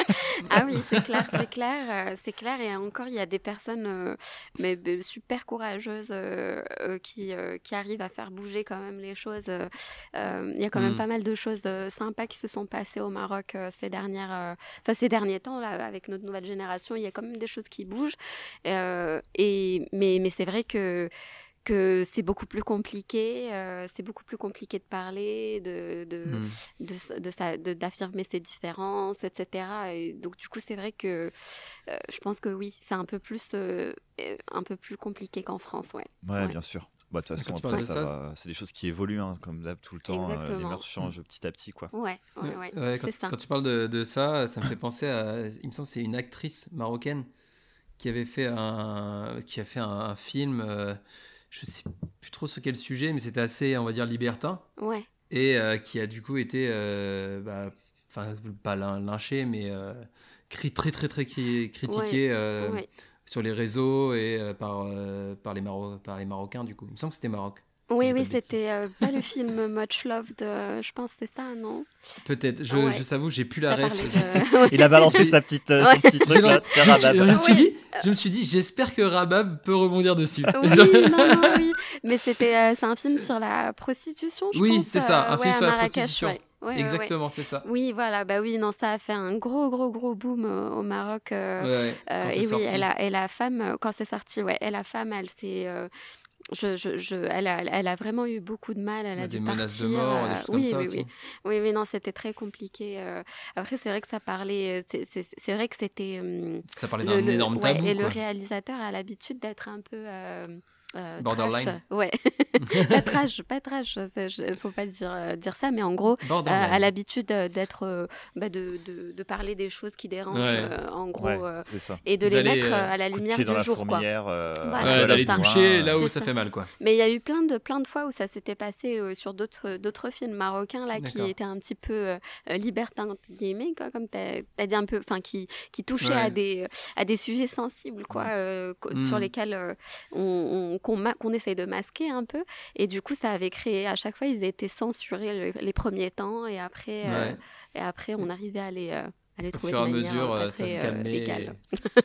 Ah oui, c'est clair, c'est clair, euh, c'est clair. Et encore, il y a des personnes euh, mais, mais super courageuses euh, euh, qui, euh, qui arrivent à faire bouger quand même les choses. Euh, euh, il y a quand même Mm. pas mal de choses euh, sympas qui se sont passées au Maroc euh, ces dernières, euh, enfin ces derniers temps là, avec notre nouvelle génération. Il y a quand même des choses qui bougent. Euh, et mais mais c'est vrai que que c'est beaucoup plus compliqué, euh, c'est beaucoup plus compliqué de parler, de, de, Mm. de, de, sa- de- d'affirmer ses différences, et cetera. Et donc du coup, c'est vrai que euh, je pense que oui, c'est un peu plus, euh, euh, un peu plus compliqué qu'en France, ouais. Ouais, Ouais. bien sûr. Bah, de toute façon, Quand tu après, parles de ça ça, va. C'est des choses qui évoluent, hein, comme d'hab, tout le temps. euh, les Exactement. mœurs changent petit à petit, quoi. Ouais, ouais, ouais, Ouais, quand, c'est ça. quand tu parles de, de ça, ça me fait penser à. Il me semble que c'est une actrice marocaine qui avait fait un, qui a fait un, un film. euh, je sais plus trop sur quel sujet, mais c'était assez, on va dire, libertin. Ouais, Et euh, qui a du coup été. euh, bah, Enfin, pas lyn- lynché, mais euh, cri- très, très, très cri- critiqué euh, ouais. sur les réseaux et euh, par, euh, par, les Maro- par les Marocains, du coup. Il me semble que c'était Maroc. si Oui, j'ai pas oui, de bêtises. c'était euh, pas le film Much Loved, euh, je pense que c'est ça, non? Peut-être. Je, Ouais. je s'avoue, j'ai plus la Ça ref. parlait Je sais de... Ouais. Il a balancé sa petite, euh, son Ouais. petit Je, truc là. je, Tiens, me suis, Rabab. je me suis Oui. dit, je me suis dit, j'espère que Rabab peut rebondir dessus. Oui, non, non, oui. Mais c'était, euh, c'est un film sur la prostitution, je Oui, pense. c'est ça, euh, un ouais, film à sur la Marrakech, prostitution. ouais. Ouais, ouais, ouais. Exactement, c'est ça. Oui, voilà, bah oui, non, ça a fait un gros, gros, gros boom euh, au Maroc. euh, Ouais, euh, quand c'est et oui, sorti. elle a, et la femme, euh, quand c'est sorti, ouais, et la femme, elle s'est, euh, je, je, je, elle a, elle a vraiment eu beaucoup de mal. Elle a Ouais, dû des menaces de partir. mort, euh, des choses oui, comme ça oui, aussi. oui, oui, oui, non, c'était très compliqué. euh. Après, c'est vrai que ça parlait, euh, c'est, c'est, c'est vrai que c'était. hum, Ça parlait le, d'un le- énorme ouais, tabou, et le quoi. réalisateur a l'habitude d'être un peu euh, euh, Borderline. trash. Ouais, pas trash, pas trash. c'est- je- Faut pas dire euh, dire ça, mais en gros, euh, Borderline. a l'habitude euh, d'être, euh, bah, de, de, de parler des choses qui dérangent, Ouais. euh, en gros, Ouais, euh, c'est ça. et de les D'aller, mettre euh, euh, à la Coup de lumière pied dans du la jour, quoi. fourmilière. euh, Voilà, un Ouais, peu à la d'aller c'est ça. bourrin, toucher euh, là où C'est ça ça. fait mal, quoi. Mais il y a eu plein de, plein de fois où ça s'était passé euh, sur d'autres, d'autres films marocains là, qui D'accord. étaient un petit peu euh, euh, libertins, entre guillemets, quoi, comme tu as dit un peu, enfin, qui, qui touchaient Ouais. à, des, à des sujets sensibles, quoi, euh, co- Mm. sur lesquels euh, on, on- qu'on, ma- qu'on essaye de masquer un peu. Et du coup, ça avait créé, à chaque fois, ils étaient censurés le- les premiers temps, et après, euh, Ouais. et après on arrivait à les, euh, à les Au trouver fur et à de manière mesure, euh, pas euh, ça très se euh, calmait. légale.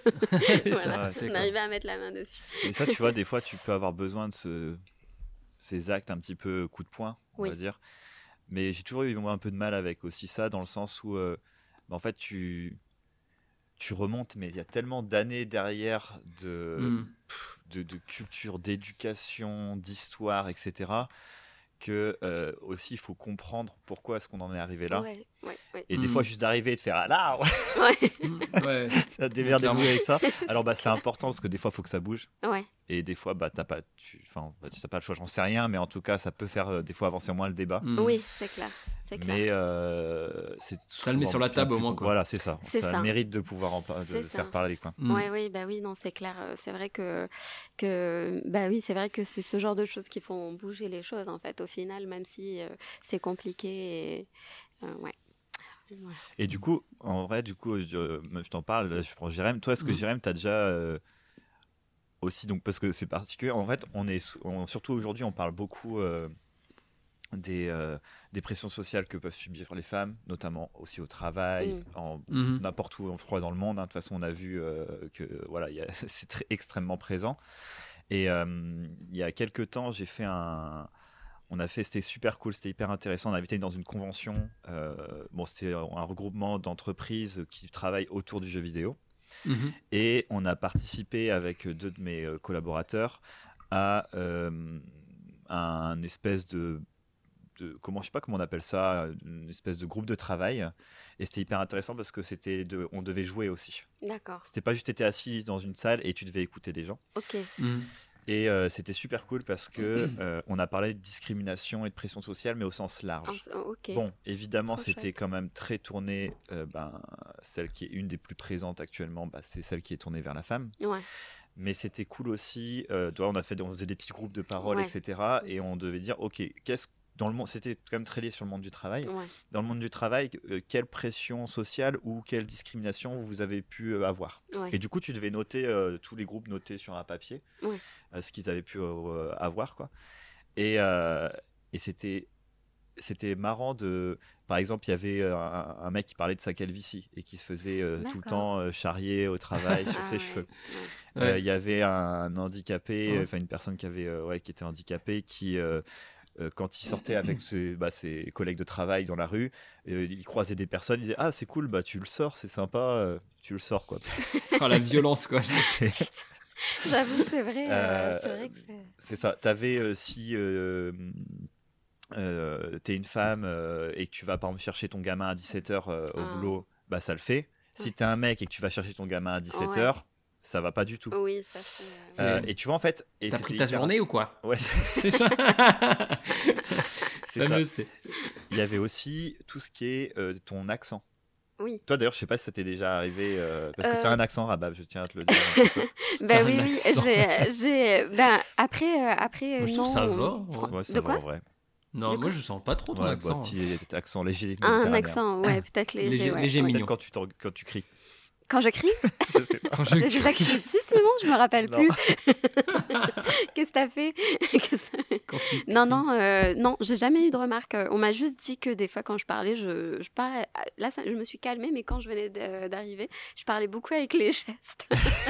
et- Voilà, vrai, c'est on clair. arrivait à mettre la main dessus. Et ça, tu vois, des fois, tu peux avoir besoin de ce... ces actes un petit peu coup de poing, on Oui. va dire. Mais j'ai toujours eu moi, un peu de mal avec aussi ça, dans le sens où, euh, bah, en fait, tu... tu remontes, mais il y a tellement d'années derrière de, Mm. de, de culture, d'éducation, d'histoire, et cetera, que euh, aussi il faut comprendre pourquoi est-ce qu'on en est arrivé là. Ouais, ouais, ouais. Et des Mm. fois, juste d'arriver et de faire ah là, Ouais. Mm. Ouais. ça démerdez-vous Clairement. avec ça. Alors bah c'est important parce que des fois, il faut que ça bouge. Ouais. Et des fois, bah, t'as pas, tu, enfin, bah, t'as pas le choix, j'en sais rien, mais en tout cas, ça peut faire euh, des fois avancer moins le débat. Mm. Oui, c'est clair. C'est clair. Mais euh, c'est Ça le met souvent sur la bien table, plus au moins, com- quoi. Voilà, c'est ça. C'est ça. ça. mérite de pouvoir en par- de C'est faire ça. parler, quoi. Mm. Ouais, oui, bah oui, non, c'est clair. euh, C'est vrai que, que, bah oui, c'est vrai que c'est ce genre de choses qui font bouger les choses, en fait, au final, même si euh, c'est compliqué. Et, euh, ouais. Voilà. Et du coup, en vrai, du coup, je, euh, je t'en parle, là, je prends Jérém. Toi, est-ce que Mm. Jérém, t'as déjà euh, aussi, donc, parce que c'est particulier, en fait, on est, sou- on- surtout aujourd'hui, on parle beaucoup euh, des, euh, des pressions sociales que peuvent subir les femmes, notamment aussi au travail, Mm. en Mhm. n'importe où, en froid dans le monde. hein. De toute façon, on a vu euh, que voilà, il y a- c'est très, extrêmement présent. Et euh, il y a quelques temps, j'ai fait un. On a fait, c'était super cool, c'était hyper intéressant. On a été dans une convention. euh, bon, c'était un regroupement d'entreprises qui travaillent autour du jeu vidéo. Mhm. Et on a participé avec deux de mes euh, collaborateurs à euh, un espèce de, de comment je sais pas comment on appelle ça, une espèce de groupe de travail. Et c'était hyper intéressant parce que c'était de, on devait jouer aussi. D'accord. C'était pas juste t'étais assis dans une salle et tu devais écouter des gens. Ok. Mhm. Et euh, c'était super cool parce que euh, on a parlé de discrimination et de pression sociale, mais au sens large. Ah, ok. Bon, évidemment, Trop c'était chouette. quand même très tourné. euh, ben, celle qui est une des plus présentes actuellement, bah, c'est celle qui est tournée vers la femme. Ouais. Mais c'était cool aussi. Euh, tu vois, on a fait, on faisait des petits groupes de parole, Ouais. et cetera. Et on devait dire, ok, qu'est-ce dans le monde, c'était quand même très lié sur le monde du travail. Ouais. Dans le monde du travail, euh, quelle pression sociale ou quelle discrimination vous avez pu euh, avoir. Ouais. Et du coup, tu devais noter, euh, tous les groupes noter sur un papier Ouais. euh, ce qu'ils avaient pu euh, avoir, quoi. Et, euh, et c'était, c'était marrant de... Par exemple, il y avait euh, un, un mec qui parlait de sa calvitie et qui se faisait euh, tout le D'accord. temps euh, charrier au travail sur Ah ses ouais, cheveux. ouais. Euh, Ouais. Il y avait un handicapé, Ouais, enfin une personne qui, avait, euh, ouais, qui était handicapée, qui... euh, euh, quand il sortait avec ses, bah, ses collègues de travail dans la rue, euh, il croisait des personnes, il disait ah c'est cool, bah tu le sors, c'est sympa, euh, tu le sors quoi. Oh, la violence, quoi. J'avoue, c'est vrai. euh, Euh, c'est vrai que c'est. C'est ça. T'avais euh, si euh, euh, t'es une femme euh, et que tu vas par exemple chercher ton gamin à dix-sept heures euh, au Ah. boulot, bah ça le fait. Si Ouais. t'es un mec et que tu vas chercher ton gamin à dix-sept Ouais. heures, ça va pas du tout. Oui, ça c'est. euh, Euh, Ouais. et tu vois en fait, et T'as c'était pris ta hyper- journée ou quoi? Ouais, C'est ça. c'est ça. Fameux, c'était. Il y avait aussi tout ce qui est euh, ton accent. Oui. Toi d'ailleurs, je sais pas si ça t'est déjà arrivé euh, parce que Euh. t'as un accent Rabab, je tiens à te le dire. un petit peu. Ben T'as oui, un oui. accent. J'ai, j'ai. Ben après, euh, après, Moi, je non. trouve ça va, on- ouais. Fran- Ouais, ça de va quoi? en vrai. Non, De moi quoi je sens pas trop ton Ouais, accent. bah, petit accent léger. Un méditerranéen. accent, ouais, peut-être léger. Léger- ouais, léger ouais. mignon. Peut-être quand tu, t'en- quand tu cries. Quand je crie, Je sais pas. Quand je j'ai déjà crié dessus, Simon, je me rappelle Non. plus. Qu'est-ce que t'as fait? Qu'est-ce que- Quand tu Non, cries. non, euh, non, j'ai jamais eu de remarques. Euh, On m'a juste dit que des fois, quand je parlais, je, je parlais. Là, ça- je me suis calmée, mais quand je venais d'- d'arriver, je parlais beaucoup avec les gestes.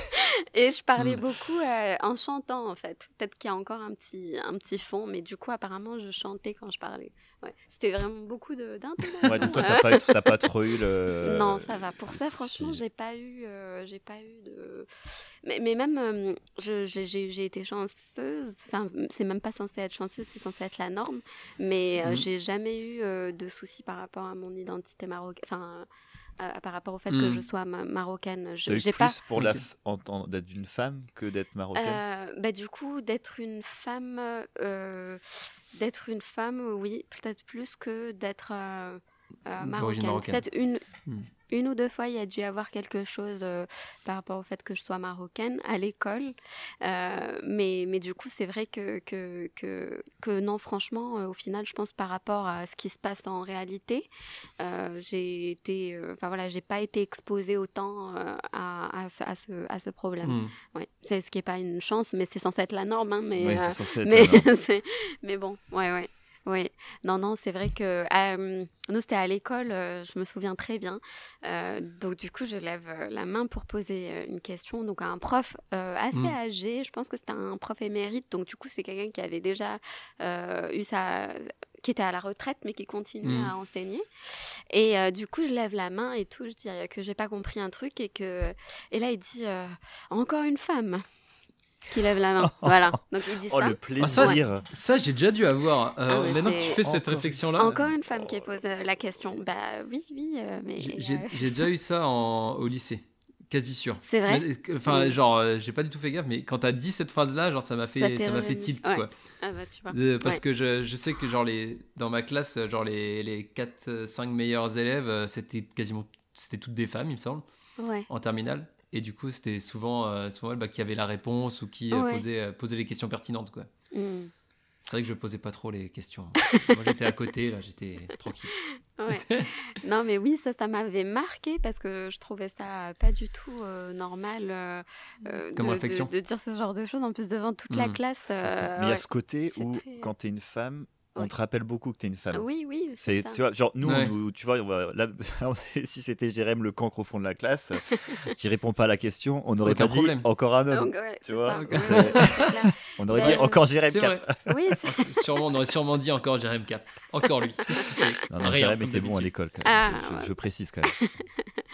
Et je parlais Mm. beaucoup euh, en chantant, en fait. Peut-être qu'il y a encore un petit, un petit fond, mais du coup, apparemment, je chantais quand je parlais. Ouais. C'était vraiment beaucoup de- d'intonation. Ouais, donc toi, t'as pas, t'as pas trop eu le. Non, ça va. Pour ça, si. franchement, j'ai pas eu, euh, j'ai pas eu de. Mais, mais même, euh, je- j'ai j'ai- j'ai été chanceuse. Enfin, c'est même pas censé être chanceuse, c'est censé être la norme. Mais euh, Mhm. j'ai jamais eu euh, de soucis par rapport à mon identité marocaine. Enfin, à- par rapport au fait que Mhm. je sois ma- marocaine. Je- T'as eu J'ai plus pas. pour la Ok. f- en tant- d'être une femme que d'être marocaine. Euh, bah, du coup, d'être une femme, euh, d'être une femme, oui, peut-être plus que d'être euh, euh, D'origine marocaine. marocaine. Peut-être une, Hmm. une ou deux fois, il y a dû y avoir quelque chose euh, par rapport au fait que je sois marocaine à l'école. Euh, mais, mais du coup, c'est vrai que, que, que, que non, franchement, euh, au final, je pense par rapport à ce qui se passe en réalité, euh, j'ai été, euh, enfin voilà, j'ai pas été exposée autant euh, à, à, ce, à, ce, à ce problème. Hmm. Ouais, c'est ce qui est pas une chance, mais c'est censé être la norme, hein, mais, Oui, euh, c'est censé être mais, la norme. c'est- mais bon, ouais, ouais, ouais. Non, non, c'est vrai que euh, nous, c'était à l'école, euh, je me souviens très bien. Euh, donc, du coup, je lève euh, la main pour poser euh, une question. Donc, à un prof euh, assez Mm. âgé, je pense que c'était un prof émérite. Donc, du coup, c'est quelqu'un qui avait déjà euh, eu sa. Qui était à la retraite, mais qui continuait Mm. à enseigner. Et euh, du coup, je lève la main et tout. Je dis euh, que j'ai pas compris un truc et que. Et là, il dit euh, encore une femme qui lève la main. Voilà. Donc, il dit Oh, ça. le Ah, ça, plaisir. ça, j'ai déjà dû avoir. Euh, Ah, mais maintenant que c'est- tu fais cette Encore- réflexion-là, Encore une femme qui pose euh, la question. Bah oui, oui, euh, mais. j'ai j'ai- euh, j'ai déjà eu ça en- au lycée. Quasi sûr. C'est vrai. Mais, Enfin, Oui. genre, euh, j'ai pas du tout fait gaffe, mais quand t'as dit cette phrase-là, genre, ça m'a Ça fait, t'est ça m'a fait revenu. tilt, Ouais. quoi. Ah bah tu vois. De- parce Ouais. que je, je sais que genre les, dans ma classe, genre les, les quatre cinq meilleurs élèves, euh, c'était quasiment c'était toutes des femmes, il me semble, Ouais. en terminale. Et du coup, c'était souvent, euh, souvent elles bah, qui avaient la réponse ou qui euh, Ouais. posaient, euh, posaient les questions pertinentes. Quoi. Mm. C'est vrai que je posais pas trop les questions. Moi, j'étais à côté, là, j'étais tranquille. Ouais. Non mais oui, ça, ça m'avait marqué parce que je trouvais ça pas du tout euh, normal euh, euh, Comme de, réflexion. de, de dire ce genre de choses en plus devant toute la Mm. classe. C'est ça. euh, Mais il y a ouais. ce côté C'est où, très- quand t'es une femme, on Ouais. te rappelle beaucoup que t'es une femme. Oui, oui, c'est C'est, ça. tu vois, genre, nous, Ouais. on nous- tu vois, on va- là, si c'était Jérém le cancre au fond de la classe, euh, qui répond pas à la question, on n'aurait Aucun pas problème. dit encore un homme. Donc, ouais, tu c'est vois, ça. Ok. Ouais, c'est- ouais, c'est clair. On aurait Ben, dit encore Jérém C'est Cap. vrai. Oui, c'est- Sûrement, on aurait sûrement dit encore Jérém Cap. Encore lui. Qu'est-ce qu'il fait Non, non, Rien, Jérém comme était bon à d'habitude. l'école, quand même. Ah, je, je- ouais. je précise quand même.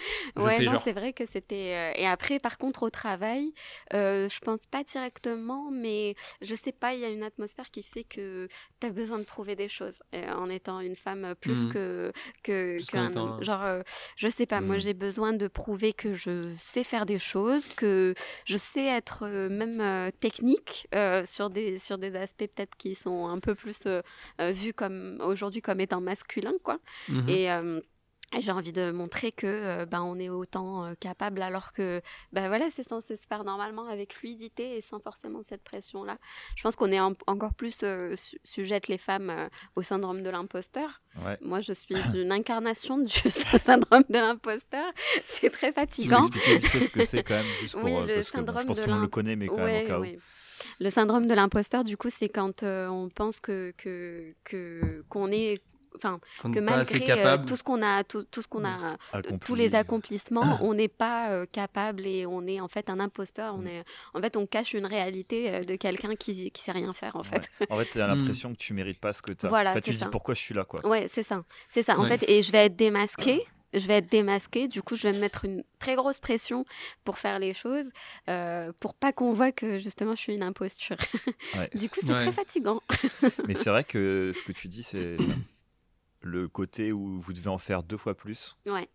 Je Ouais, fais non, genre. c'est vrai que c'était. euh, Et après, par contre, au travail, euh, je pense pas directement, mais je sais pas, il y a une atmosphère qui fait que tu as besoin de prouver des choses euh, en étant une femme euh, plus Mhm. que, que, Plus qu'en qu'un étant homme. un- Genre, euh, je sais pas, moi Hmm. j'ai besoin de prouver que je sais faire des choses, que je sais être euh, même euh, technique euh, sur des, sur des aspects peut-être qui sont un peu plus euh, euh, vus comme aujourd'hui comme étant masculins, quoi. Mhm. Et. euh, et j'ai envie de montrer que euh, ben, on est autant euh, capable alors que ben, voilà, c'est censé se faire normalement avec fluidité et sans forcément cette pression-là. Je pense qu'on est en- encore plus euh, su- sujette les femmes euh, au syndrome de l'imposteur. Ouais. Moi, je suis une incarnation du syndrome de l'imposteur. C'est très Tu peux fatigant. expliquer vite fait ce que c'est quand même, juste pour. Oui, euh, le parce que bon, je syndrome pense de que tout le monde le l'imposteur. connaît, mais quand même au Oui, cas où. oui. Le syndrome de l'imposteur, du coup, c'est quand euh, on pense que, que, que, qu'on est... Enfin, Qu'on que n'est pas assez malgré euh, capable. tout ce qu'on a, tout, tout ce qu'on Ouais. a, euh, Accompli. tous les accomplissements, on n'est pas euh, capable et on est en fait un imposteur. On Mm. est, en fait, on cache une réalité euh, de quelqu'un qui qui sait rien faire en fait. Ouais. En fait, t'as Hmm. l'impression que tu mérites pas ce que t'as. Voilà, En fait, tu c'est te dis ça. pourquoi je suis là, quoi. Ouais, c'est ça, c'est ça. En Ouais. fait, et je vais être démasquée. Je vais être démasquée, du coup je vais me mettre une très grosse pression pour faire les choses, euh, pour pas qu'on voit que justement je suis une imposture. Ouais. Du coup c'est Ouais. très fatigant. Mais c'est vrai que ce que tu dis, c'est ça. Le côté où vous devez en faire deux fois plus, Ouais,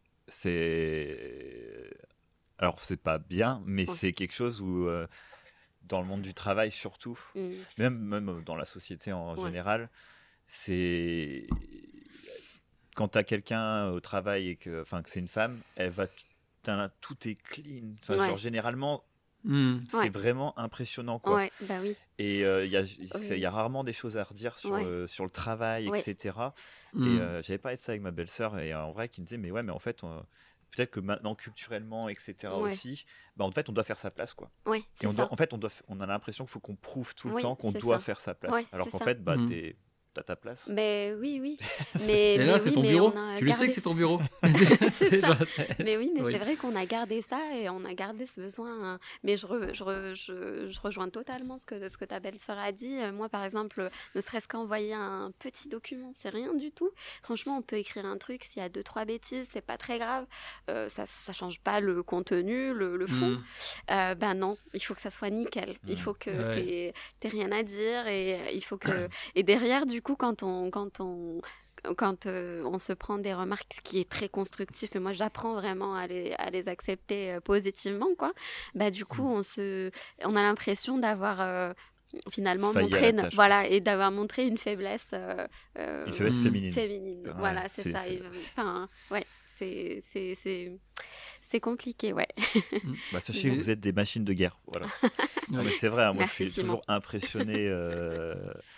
c'est. Alors, c'est pas bien, mais Ouais. c'est quelque chose où, euh, dans le monde du travail surtout, mm, même, même dans la société en Ouais. général, c'est. Quand tu as quelqu'un au travail et que, enfin, que c'est une femme, elle va. t- t'as- Tout est clean. Enfin, Ouais. genre, généralement, Hmm. c'est Ouais. vraiment impressionnant, quoi. ouais, bah oui. Et il euh, y, a, y Oui. y a rarement des choses à redire sur, Ouais. le, sur le travail, Ouais. et cetera. Hmm. Et euh, j'avais parlé de ça avec ma belle-sœur, et euh, en vrai, qui me disait, mais ouais, mais en fait, on- peut-être que maintenant, culturellement, et cetera Ouais. aussi, bah, en fait, on doit faire sa place, quoi. Ouais, Et c'est on ça. doit, en fait, on, doit, f- on a l'impression qu'il faut qu'on prouve tout le Oui, temps qu'on c'est doit ça. faire sa place. Ouais, Alors c'est qu'en ça. fait, bah, Mhm. t'es- t'as ta place. Mais oui, oui. Mais, Et mais là, c'est oui, ton mais bureau. on a Tu le sais gardé- que c'est ton bureau. Déjà, C'est c'est ça. genre- Mais oui, mais Oui. c'est vrai qu'on a gardé ça et on a gardé ce besoin. hein. Mais je, re- je, re- je, je rejoins totalement ce que, ce que ta belle-sœur a dit. Euh, Moi, par exemple, ne serait-ce qu'envoyer un petit document, c'est rien du tout. Franchement, on peut écrire un truc, s'il y a deux, trois bêtises, c'est pas très grave. Euh, ça ça change pas le contenu, le, le fond. Hmm. Euh, ben non, il faut que ça soit nickel. Il Mm. faut que Ouais. t'aies, t'aies rien à dire et euh, il faut que et derrière du coup quand on quand on quand euh, on se prend des remarques, ce qui est très constructif et moi j'apprends vraiment à les, à les accepter euh, positivement quoi. Bah du coup on se on a l'impression d'avoir euh, finalement Failli à montré la une- tâche, voilà et d'avoir montré une faiblesse euh, euh, Une faiblesse Mm. féminine. féminine. Ouais, Voilà, c'est c'est- ça. c'est- Et, Enfin ouais, c'est c'est c'est c'est compliqué, ouais. Bah, sachez Mais- que vous êtes des machines de guerre. Voilà. Non, Ouais. mais c'est vrai, hein, moi Merci, je suis Simon. toujours impressionné. euh,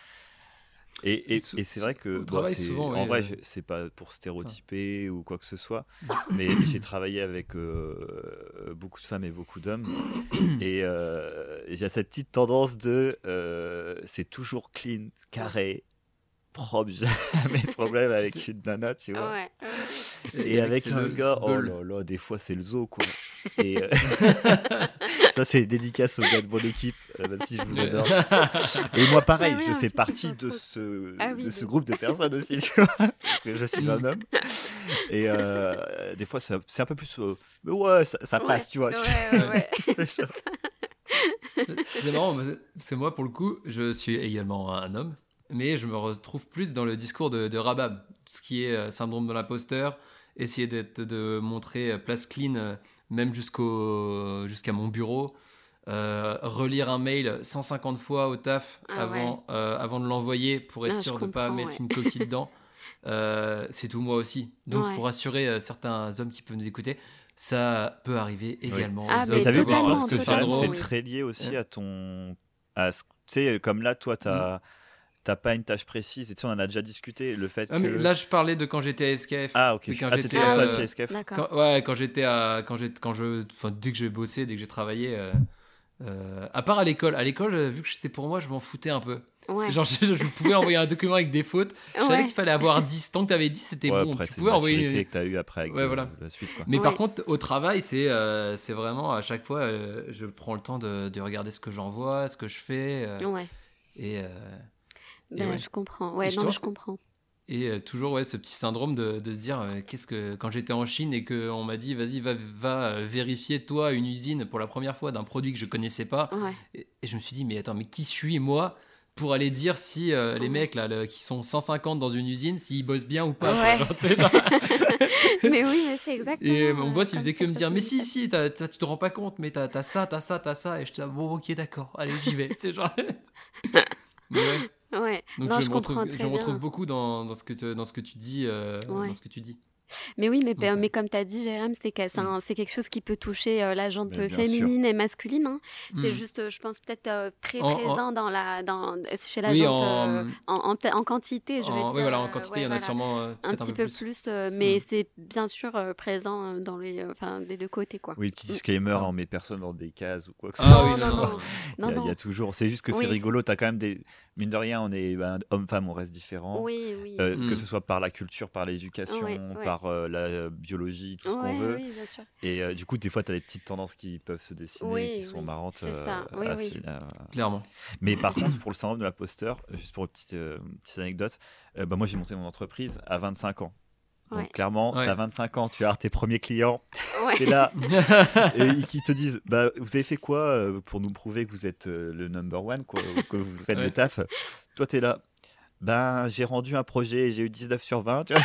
Et, et, Et sou- et c'est vrai que au bon, travail, c'est- souvent, en oui, vrai, euh, je- c'est pas pour stéréotyper ou quoi que ce soit, mais j'ai travaillé avec euh, beaucoup de femmes et beaucoup d'hommes, et euh, j'ai cette petite tendance de euh, c'est toujours clean, carré, propre, jamais de problème avec C'est- une nana, tu vois. Ouais. Et avec c'est un le gars, oh zbeul. là là, des fois c'est le zoo quoi. Et euh, ça c'est dédicace aux gars de mon équipe, euh, même si je vous adore. Et moi pareil, Ah ouais, je en fais plus, partie c'est de trop- ce, Ah oui, de ce de- groupe de personnes aussi, tu vois, parce que je suis un homme. Et euh, des fois c'est c'est un peu plus, euh, mais ouais, ça, ça passe, Ouais, tu vois. Ouais, ouais, ouais. C'est ça. C'est marrant, parce que- parce que moi, pour le coup, je suis également un homme, mais je me retrouve plus dans le discours de, de Rabab, tout ce qui est euh, syndrome de l'imposteur, essayer d'être, de montrer euh, place clean, euh, même jusqu'au, jusqu'à mon bureau, euh, relire un mail cent cinquante fois au taf Ah avant, euh, avant de l'envoyer pour être Ah, je sûr de ne pas comprends, mettre ouais. une coquille dedans. Euh, c'est tout moi aussi. Donc Ouais. pour assurer euh, certains hommes qui peuvent nous écouter, ça peut arriver également Ah, aux mais hommes T'as vu, mais je totalement, pense que c'est totalement, c'est oui. très lié aussi Ouais. à ton, à ce- tu sais, comme là, toi, t'as t'as pas une tâche précise, et tu sais, on en a déjà discuté, le fait Ah, que. mais là, je parlais de quand j'étais à S K F. Ah ok. Mais quand Ah, j'étais, t'étais comme ça, euh, c'est S K F. D'accord. Quand, ouais, quand j'étais à, quand j'ai, quand je, enfin, dès que j'ai bossé, dès que j'ai travaillé, euh, euh, à part à l'école, à l'école, euh, vu que c'était pour moi, je m'en foutais un peu. Ouais. Genre, je, je pouvais envoyer un document avec des fautes. Je savais Ouais. qu'il fallait avoir dix. Tant que t'avais dix, c'était Ouais, bon. après, Tu c'est pouvais une envoyer. maturité que t'as eu après avec Ouais, le- voilà. la suite, quoi. Mais par Ouais. contre, au travail, c'est, euh, c'est vraiment à chaque fois, euh, je prends le temps de, de regarder ce que j'envoie, ce que je fais, euh, Ouais. et. euh, Ben, ouais. je comprends. Ouais, Et je non, mais pense je que- comprends. Et euh, toujours ouais, ce petit syndrome de, de se dire euh, qu'est-ce que quand j'étais en Chine et qu'on m'a dit vas-y va, va euh, vérifier toi une usine pour la première fois d'un produit que je connaissais pas Ouais. et, et je me suis dit mais attends mais qui suis moi pour aller dire si euh, les Ouais. mecs là le- qui sont cent cinquante dans une usine s'ils bossent bien ou pas quoi. Ouais. Genre, tu sais, genre. Mais oui, mais c'est exactement. Et mon euh, boss il comme faisait ça que me ça dire se mais si manifeste. si t'as, t'as- tu te rends pas compte mais t'as, t'as ça t'as ça t'as ça et j'étais là bon ok d'accord allez j'y vais tu sais genre mais ouais. Ouais. Donc Non, je je me retrouve, comprends je très me retrouve bien. beaucoup dans, dans, ce que te- dans ce que tu dis. euh, Ouais. dans ce que tu dis. Mais oui, mais, Donc, ouais. mais comme tu as dit, Jérém, c'est que c'est un- c'est quelque chose qui peut toucher euh, la jante Mais bien féminine et masculine. hein. C'est Mm. juste, euh, je pense, peut-être euh, très En- en- présent dans la, dans, chez la Oui, jante en- euh, en, en, en quantité, je veux En, dire. oui, voilà, en euh, quantité, ouais, il y en a voilà. sûrement euh, Un peut-être un petit peu peu plus. plus, euh, mais Mm. c'est bien sûr euh, présent euh, dans les, euh, enfin, des deux côtés, quoi. Oui, petit disclaimer, on met personne dans des cases ou quoi que ce Ah soit. oui, non, non, non, non. non, Il y, non, a, il y a non. toujours. C'est juste que c'est Oui. rigolo. T'as quand même des. Mine de rien, on est ben, homme-femme, on reste différents. Oui, oui. Euh, Mm. Que ce soit par la culture, par l'éducation, Ouais, ouais. par euh, la biologie, tout ce qu'on Ouais, veut. oui, bien sûr. Et euh, du coup, des fois, tu as des petites tendances qui peuvent se dessiner, Oui, qui sont oui, marrantes. c'est ça. Oui, assez, oui. euh, Clairement. Mais par contre, pour le syndrome de l'imposteur, juste pour une petite, euh, petite anecdote, euh, bah, moi j'ai monté mon entreprise à vingt-cinq ans. Donc Ouais. clairement, Ouais. tu as vingt-cinq ans, tu as tes premiers clients, Ouais. tu es là, et qui te disent bah, vous avez fait quoi euh, pour nous prouver que vous êtes euh, le number one, quoi, ou que vous faites Ouais. le taf. Toi, tu es là. Ben, j'ai rendu un projet et j'ai eu dix-neuf sur vingt. Tu vois.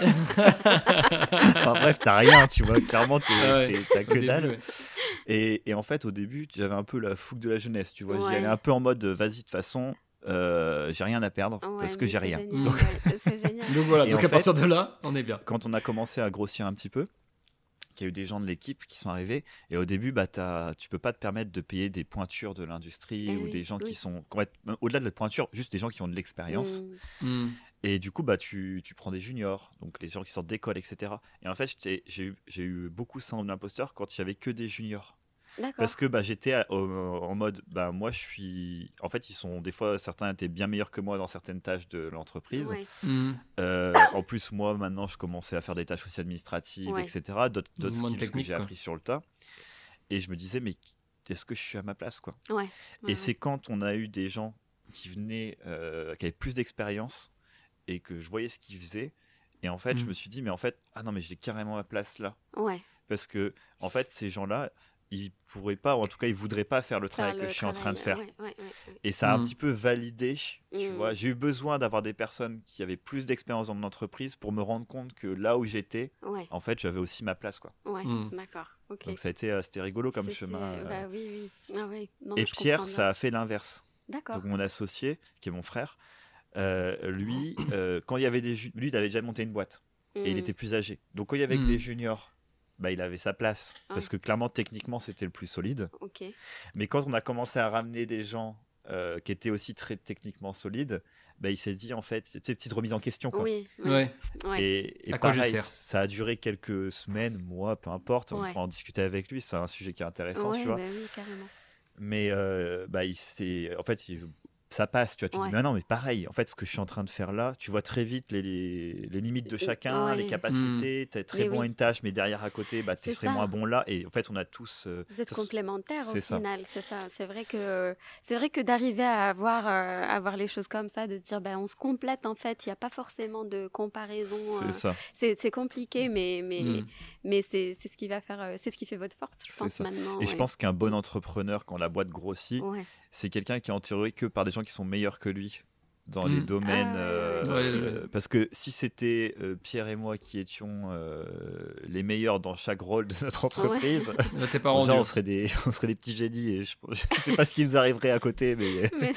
Enfin, bref, t'as rien, tu vois. Clairement, t'es- Ah ouais. t'es- t'as Au que début, dalle. ouais. Et, et en fait, au début, j'avais un peu la fougue de la jeunesse, tu vois. J'y Ouais. allais un peu en mode, vas-y, de toute façon, euh, j'ai rien à perdre Ouais, parce que mais j'ai c'est rien. génial, Donc, ouais, c'est génial. Donc voilà, Et donc en à fait- partir de là, on est bien. quand on a commencé à grossir un petit peu, qu'il y a eu des gens de l'équipe qui sont arrivés, et au début, bah, t'as- tu peux pas te permettre de payer des pointures de l'industrie Eh ou oui, des gens oui. qui sont, complètement- au-delà de la pointure, juste des gens qui ont de l'expérience. Mm. Mm. Et du coup, bah, tu, tu prends des juniors, donc les gens qui sortent d'école, et cetera. Et en fait, j'étais- j'ai eu, j'ai eu beaucoup de syndrome d'imposteur quand il y avait que des juniors. D'accord. Parce que bah, j'étais à- au- en mode, bah, moi je suis. En fait, ils sont des fois, certains étaient bien meilleurs que moi dans certaines tâches de l'entreprise. Ouais. Mm. Euh, en plus, moi maintenant, je commençais à faire des tâches aussi administratives, Ouais. et cetera. D'autres d'autres Moins de skills que technique, j'ai quoi. appris sur le tas. Et je me disais, mais est-ce que je suis à ma place, quoi? Ouais. Et Ouais, c'est quand on a eu des gens qui venaient, euh, qui avaient plus d'expérience et que je voyais ce qu'ils faisaient. Et en fait, Mm. je me suis dit, mais en fait, ah non, mais j'ai carrément ma place là. ouais. Parce que, en fait, ces gens-là, ils pourraient pas, ou en tout cas, ils voudraient pas faire le travail Faire que le je suis en train de faire. travail, ouais, ouais, ouais, ouais. Et ça a un Mm. petit peu validé, tu Mm. vois. J'ai eu besoin d'avoir des personnes qui avaient plus d'expérience dans mon entreprise pour me rendre compte que là où j'étais, Ouais, en fait, j'avais aussi ma place, quoi. ouais, Mm. d'accord. Ok. Donc ça a été, euh, c'était rigolo comme C'était- chemin. euh. Bah oui, oui. Ah ouais. Non, Et mais je Pierre, comprends ça a fait l'inverse. bien. D'accord. Donc mon associé, qui est mon frère, euh, lui, euh, quand il y avait des, ju- lui, il avait déjà monté une boîte et il Mm. était plus âgé. Donc quand il y avait que Mm. des juniors, bah, il avait sa place parce Ouais. que clairement, techniquement, c'était le plus solide. Ok. Mais quand on a commencé à ramener des gens euh, qui étaient aussi très techniquement solides, bah, il s'est dit en fait, c'est une petite remise en question, quoi. Oui. oui. Ouais. Ouais. Et, et À quoi je pareil, sers ça a duré quelques semaines, mois, peu importe. On Ouais. pourra en discuter avec lui. C'est un sujet qui est intéressant, Ouais, tu vois. bah oui, carrément. Mais euh, bah, il s'est, en fait, il- ça passe, tu vois. Tu Ouais. dis, mais non, mais pareil. En fait, ce que je suis en train de faire là, tu vois très vite les, les, les limites de chacun, Ouais. les capacités. Tu es très Mais bon à oui. une tâche, mais derrière à côté, bah, tu C'est serais ça. moins bon là. Et en fait, on a tous. euh, Vous êtes ça- complémentaires au c'est ça. final, c'est ça. C'est vrai que c'est vrai que d'arriver à avoir euh, à voir les choses comme ça, de se dire ben on se complète en fait, il n'y a pas forcément de comparaison. C'est euh, ça. c'est c'est compliqué, mais mais Mm. mais c'est c'est ce qui va faire, euh, c'est ce qui fait votre force, je C'est pense ça. maintenant. Et je ouais. pense qu'un bon entrepreneur, quand la boîte grossit, Ouais. c'est quelqu'un qui est entouré que par des gens qui sont meilleurs que lui dans les Mm. domaines. Ah ouais, euh, ouais, ouais. euh, Ouais, parce que si c'était euh, Pierre et moi qui étions euh, les meilleurs dans chaque rôle de notre entreprise, Là, t'es pas déjà, rendu. on serait des on serait des petits génies et je, je sais pas ce qui nous arriverait à côté, mais Mais-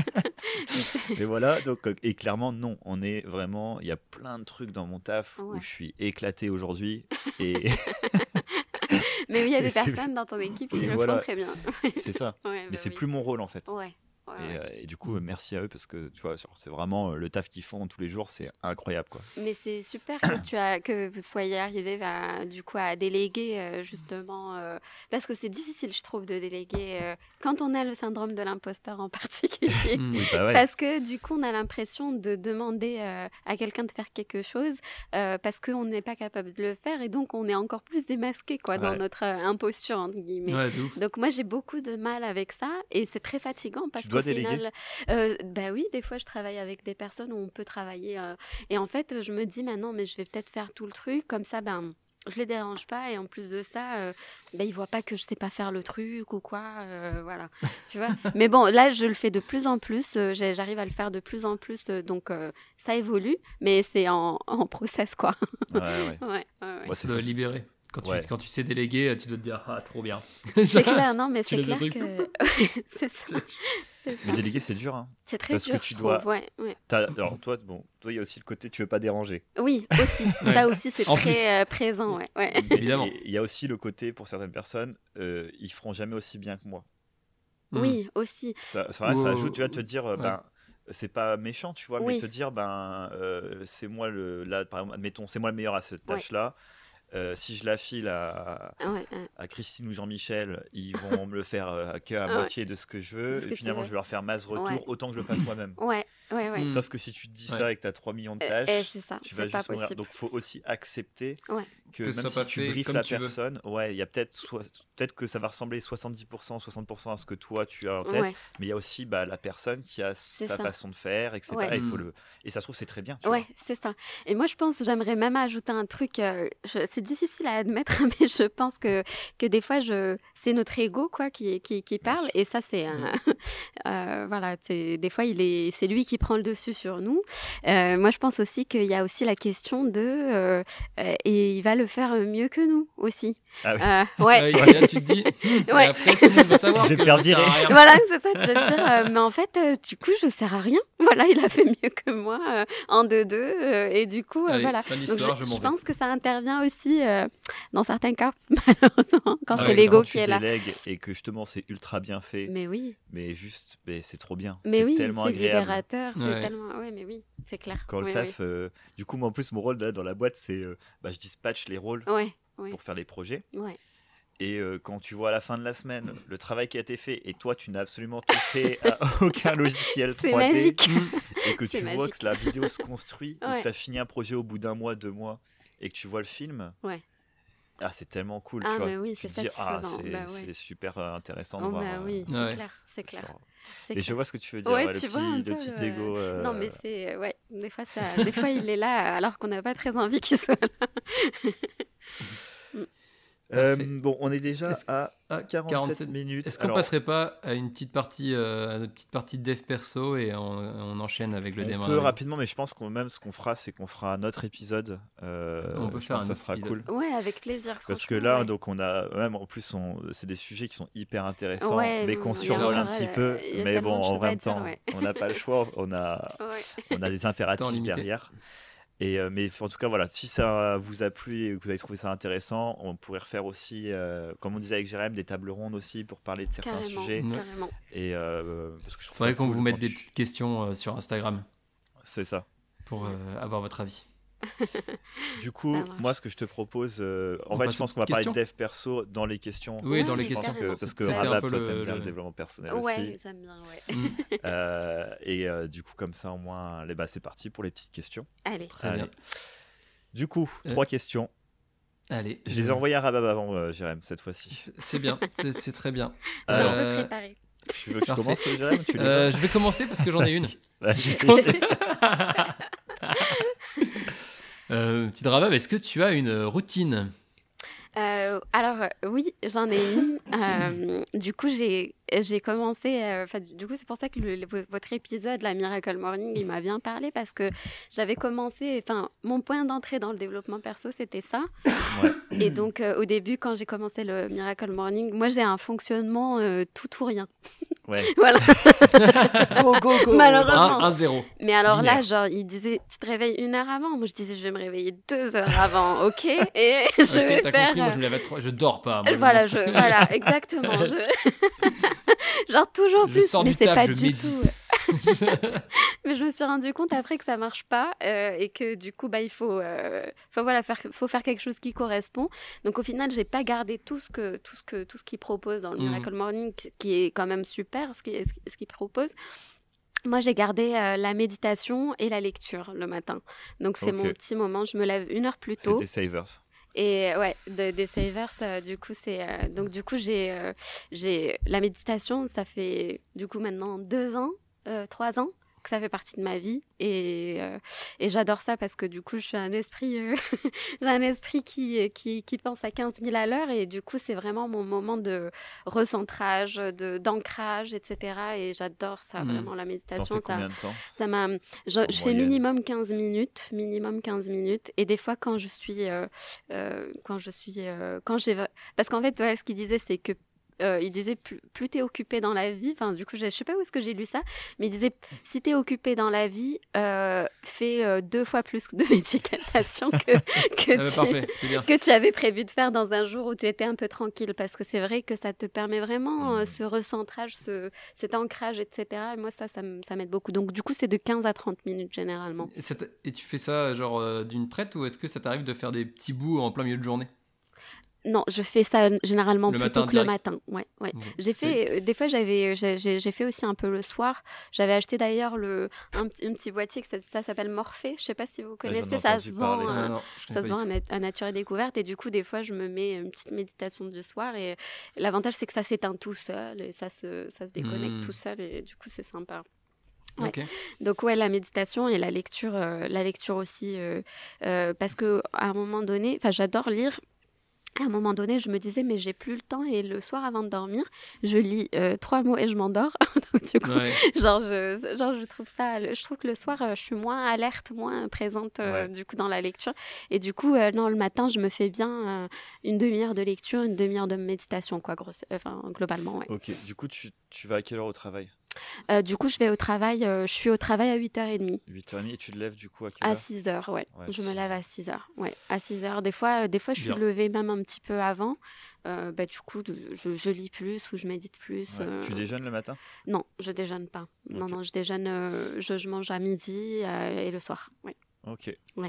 mais voilà. Donc euh, et clairement non, on est vraiment. Il y a plein de trucs dans mon taf Ouais. où je suis éclaté aujourd'hui et mais oui, il y a des Et c'est- personnes dans ton équipe qui et le voilà. font très bien. c'est ça. Ouais, Mais bah c'est oui. plus mon rôle en fait. Ouais. Ouais, Et, ouais. euh, et du coup, euh, merci à eux parce que tu vois, genre, c'est vraiment euh, le taf qu'ils font tous les jours, c'est incroyable, quoi. Mais c'est super que tu as que vous soyez arrivé à, du coup à déléguer euh, justement euh, parce que c'est difficile je trouve de déléguer euh, quand on a le syndrome de l'imposteur en particulier. Mm. Oui, bah ouais. Parce que du coup, on a l'impression de demander euh, à quelqu'un de faire quelque chose euh, parce qu'on n'est pas capable de le faire et donc on est encore plus démasqué quoi, dans Ouais. notre euh, imposture, entre guillemets. Ouais, de ouf. Donc moi, j'ai beaucoup de mal avec ça et c'est très fatigant parce Tu qu'en dois au final, déléguer euh, bah oui, des fois je travaille avec des personnes où on peut travailler. euh, et en fait, je me dis maintenant, mais je vais peut-être faire tout le truc comme ça, ben. Je les dérange pas et en plus de ça, euh, ben ils voient pas que je sais pas faire le truc ou quoi, euh, voilà, tu vois. Mais bon, là je le fais de plus en plus, euh, j'ai- j'arrive à le faire de plus en plus, euh, donc euh, ça évolue, mais c'est en, en process quoi. Ouais, ouais. Ouais, ouais, ouais. Moi, Ça c'est doit facile. libérer. Quand tu, Ouais. quand tu te sais déléguer, tu dois te dire ah trop bien. C'est clair, non, mais Tu c'est laisses le clair truc. que c'est ça, c'est Mais ça. déléguer, c'est dur, hein. C'est très Parce que dur, tu je dois- trouve. Ouais, ouais. T'as- Alors, toi, bon, toi, il y a aussi le côté tu veux pas déranger. Oui, aussi. Ouais. Ça aussi, c'est En très euh, présent, ouais. ouais. Évidemment. Et il y a aussi le côté, pour certaines personnes, euh, ils feront jamais aussi bien que moi. Mm. Oui, aussi. Ça, ça, vrai, ça Ou- ajoute, tu vas te dire, euh, ouais. ben, c'est pas méchant, tu vois, Oui. mais te dire, ben, euh, c'est moi le, là, par exemple, admettons, c'est moi le meilleur à cette tâche-là. Euh, si je la file à, Ouais, ouais. à Christine ou Jean-Michel, ils vont me le faire euh, qu'à Ouais. moitié de ce que je veux. Ce que Et tu finalement, veux. je vais leur faire masse retour, Ouais. autant que je le fasse moi-même. Ouais, ouais, ouais. Mm. Sauf que si tu te dis Ouais. ça et que tu as trois millions de Euh, tâches, eh, c'est ça, tu vas c'est pas juste mourir. possible. Donc, il faut aussi accepter Ouais. que, Que ce même soit si pas tu fait briefes comme la tu veux. personne, ouais, il y a peut-être soit- peut-être que ça va ressembler soixante-dix pour cent, soixante pour cent à ce que toi tu as en tête, Ouais, mais il y a aussi bah, la personne qui a sa ça. façon de faire, et cetera. Ouais. Et, il faut Mm. le... et ça se trouve, c'est très bien. Tu ouais, c'est ça. Et moi, je pense, j'aimerais même ajouter un truc. euh, je- c'est difficile à admettre, mais je pense que, que des fois, je, c'est notre ego, quoi, qui, qui, qui Bien parle. sûr. Et ça, c'est un, euh, voilà, c'est, des fois, il est, c'est lui qui prend le dessus sur nous. Euh, moi, je pense aussi qu'il y a aussi la question de, euh, euh, et il va le faire mieux que nous aussi. Ah oui. Euh, ouais. Ouais, et là, tu te dis, hum, Ouais. et après tout le monde va savoir Je vais que me faire je sers à virer. rien. Voilà, c'est ça, je vais te dire, euh, mais en fait, euh, du coup, je sers à rien. Voilà, il a fait mieux que moi euh, en deux-deux, euh, et du coup, euh, Allez, voilà. fin de Donc, l'histoire, je, je je m'en vais. pense que ça intervient aussi euh, dans certains cas, malheureusement, quand Ah c'est ouais, l'ego Quand qui tu est là. délègues et que justement c'est ultra bien fait, Mais oui, mais juste, mais c'est trop bien. mais c'est oui, tellement c'est agréable. libérateur, c'est Ouais. tellement. Oui, mais oui, c'est clair. Quand le oui, taf, euh, du coup, moi en plus, mon rôle là, dans la boîte, c'est euh, bah, je dispatche les rôles Oui, ouais, ouais, pour faire les projets. ouais. Et euh, quand tu vois à la fin de la semaine le travail qui a été fait et toi tu n'as absolument touché à aucun logiciel C'est trois D magique. et que C'est tu vois magique. que la vidéo se construit, ou Ouais. que tu as fini un projet au bout d'un mois, deux mois et que tu vois le film, Ouais. ah, c'est tellement cool. Ah, tu vois. mais oui, Tu c'est te dis, ah, satisfaisant. c'est Bah ouais. c'est super euh, intéressant de Oh, voir. bah euh, oui, c'est Ouais. clair, c'est clair. ça. c'est Et je clair. vois ce que tu veux dire, Ouais, ouais, le tu petit, vois un le peu petit le- ego. euh, Non, mais c'est. Ouais, des fois, ça... des fois, il est là alors qu'on n'a pas très envie qu'il soit là. euh, Parfait. bon, on est déjà Est-ce- à Ah, quarante-sept quarante-sept. minutes. Est-ce qu'on Alors, passerait pas à une petite partie, euh, à une petite partie de dev perso et on, on enchaîne avec le on démarrage. peut rapidement, mais je pense qu'on même ce qu'on fera, c'est qu'on fera un autre épisode. euh, On peut je faire pense un que autre ça sera épisode. cool. Ouais, avec plaisir. Parce que franchement, là, ouais. donc on a même en plus, on, c'est des sujets qui sont hyper intéressants, Ouais, mais bon, qu'on il y a survole un encore, petit euh, peu. il y a Mais tellement bon, de en choses à même dire, temps, ouais. on n'a pas le choix. On a, Ouais. on a des Temps impératifs limité. derrière. Et euh, mais en tout cas, voilà, si ça vous a plu et que vous avez trouvé ça intéressant, on pourrait refaire aussi, euh, comme on disait avec Jérém, des tables rondes aussi pour parler de certains Carrément, sujets. Ouais. carrément. Et euh, parce que je trouve Faudrait ça qu'on cool vous mette quand des tu- petites questions euh, sur Instagram C'est ça. pour euh, avoir votre avis. Du coup, Ça marche. moi, ce que je te propose, euh, en On fait, passe je aux pense qu'on va petites parler de dev perso dans les questions. Oui, dans Ouais, les Je mais pense questions. carrément. que parce que C'était un Rabab, peu toi, le- t'aimes bien le- le développement personnel Ouais, aussi. j'aime bien, ouais. Mm, Euh, et euh, du coup, comme ça, au moins, les- bah, c'est parti pour les petites questions. Allez. Très Allez. bien. Du coup, Euh, trois questions. Allez. Je les ai envoyées à Rabab avant, euh, Jérém, cette fois-ci. C'est- C'est bien, c'est c'est très bien. J'ai un peu Euh, préparé. Tu veux que je Parfait. commence, Jérém? Tu les euh, as je vais commencer parce que j'en ai une. Vas-y. Commencer. euh, petite Rabab, est-ce que tu as une routine? Euh, alors, euh, oui, j'en ai une. Euh, du coup, j'ai j'ai commencé. euh, Enfin, du coup, c'est pour ça que le- le- votre épisode, la Miracle Morning, il m'a bien parlé parce que j'avais commencé. Enfin, mon point d'entrée dans le développement perso, c'était ça. Ouais. Et donc, euh, au début, quand j'ai commencé le Miracle Morning, moi, j'ai un fonctionnement euh, tout ou rien. Ouais. Voilà. Go, go, go. Malheureusement. un zéro. Mais alors là, Binaire. genre, il disait, tu te réveilles une heure avant. Moi, je disais, je vais me réveiller deux heures avant, ok? Et je Ok, vais t'as faire. compris, moi je euh, me lève à trois, je dors pas. moi, je Voilà, m'en je, fous. voilà, exactement. Je... genre toujours Je plus, sors mais du c'est taf, pas je du médite. tout. Mais je me suis rendu compte après que ça marche pas euh, et que du coup, bah, il faut, euh, faut voilà, faire, faut faire quelque chose qui correspond. Donc au final, j'ai pas gardé tout ce que, tout ce que, tout ce qu'il propose dans le Mhm. Miracle Morning, qui est quand même super, ce qu'il, ce qu'il propose. Moi, j'ai gardé euh, la méditation et la lecture le matin. Donc c'est Ok. mon petit moment. Je me lève une heure plus C'est tôt. tes savers. Et ouais, de, des savers, euh, du coup, c'est euh, donc du coup j'ai euh, j'ai la méditation, ça fait du coup maintenant deux ans, euh, trois ans que ça fait partie de ma vie et euh, et j'adore ça parce que du coup je suis un esprit euh, j'ai un esprit qui qui qui pense à quinze mille à l'heure et du coup c'est vraiment mon moment de recentrage, de d'ancrage, et cetera. Et j'adore ça Mmh. vraiment la T'en méditation. fais Ça combien de temps? ça m'a je, En je fais moyenne. minimum quinze minutes, minimum quinze minutes et des fois quand je suis euh, euh, quand je suis euh, quand j'ai parce qu'en fait ouais, ce qu'il disait c'est que euh, il disait plus, plus t'es occupé dans la vie, enfin du coup je, je sais pas où est-ce que j'ai lu ça, mais il disait si t'es occupé dans la vie, euh, fais euh, deux fois plus de méditation que que, Ah bah, tu, parfait, c'est bien. que tu avais prévu de faire dans un jour où tu étais un peu tranquille, parce que c'est vrai que ça te permet vraiment euh, Mhm. ce recentrage, ce, cet ancrage, et cetera. Et moi ça ça, m- ça m'aide beaucoup. Donc du coup c'est de quinze à trente minutes généralement. Et, ça t'a- et tu fais ça genre euh, d'une traite ou est-ce que ça t'arrive de faire des petits bouts en plein milieu de journée? Non, je fais ça généralement Le plutôt matin, que le direct. matin. Ouais, ouais. Ok. J'ai C'est- fait, euh, des fois j'avais, j'ai, j'ai j'ai fait aussi un peu le soir. J'avais acheté d'ailleurs le, un, petit- un petit boîtier que ça, ça s'appelle Morphée. Je sais pas si vous j'en ai connaissez, ça entendu se parler. vend, Ah euh, non, je connais ça pas se du vend à, tout. Nat- à Nature et Découverte. Et du coup, des fois, je me mets une petite méditation du soir. Et l'avantage, c'est que ça s'éteint tout seul et ça se, ça se déconnecte Hmm. tout seul. Et du coup, c'est sympa. Ouais. Ok. Donc ouais, la méditation et la lecture, euh, la lecture aussi, euh, euh, parce que à un moment donné, enfin, j'adore lire. À un moment donné, je me disais, mais j'ai plus le temps et le soir avant de dormir, je lis euh, trois mots et je m'endors. Donc, du coup, Ouais. genre, je, genre, je trouve ça, je trouve que le soir, euh, je suis moins alerte, moins présente euh, Ouais. du coup dans la lecture. Et du coup, euh, non, le matin, je me fais bien euh, une demi-heure de lecture, une demi-heure de méditation, quoi, grosse, enfin, globalement, ouais. Ok, du coup, tu, tu vas à quelle heure au travail? Euh, du coup, je vais au travail, euh, je suis au travail à huit heures trente. huit heures trente et tu te lèves du coup à quelle À heure? six heures, ouais. Ouais, Je me six lève heures. à six heures, ouais. À six heures. Des fois, euh, des fois je suis Bien. levée même un petit peu avant. Euh, bah, du coup, de- je, je lis plus ou je médite plus. Ouais. euh. Tu déjeunes le matin? Non, je déjeune pas. Non, Ok. non, je déjeune, euh, je, je mange à midi euh, et le soir. Ouais. Ok. Ouais.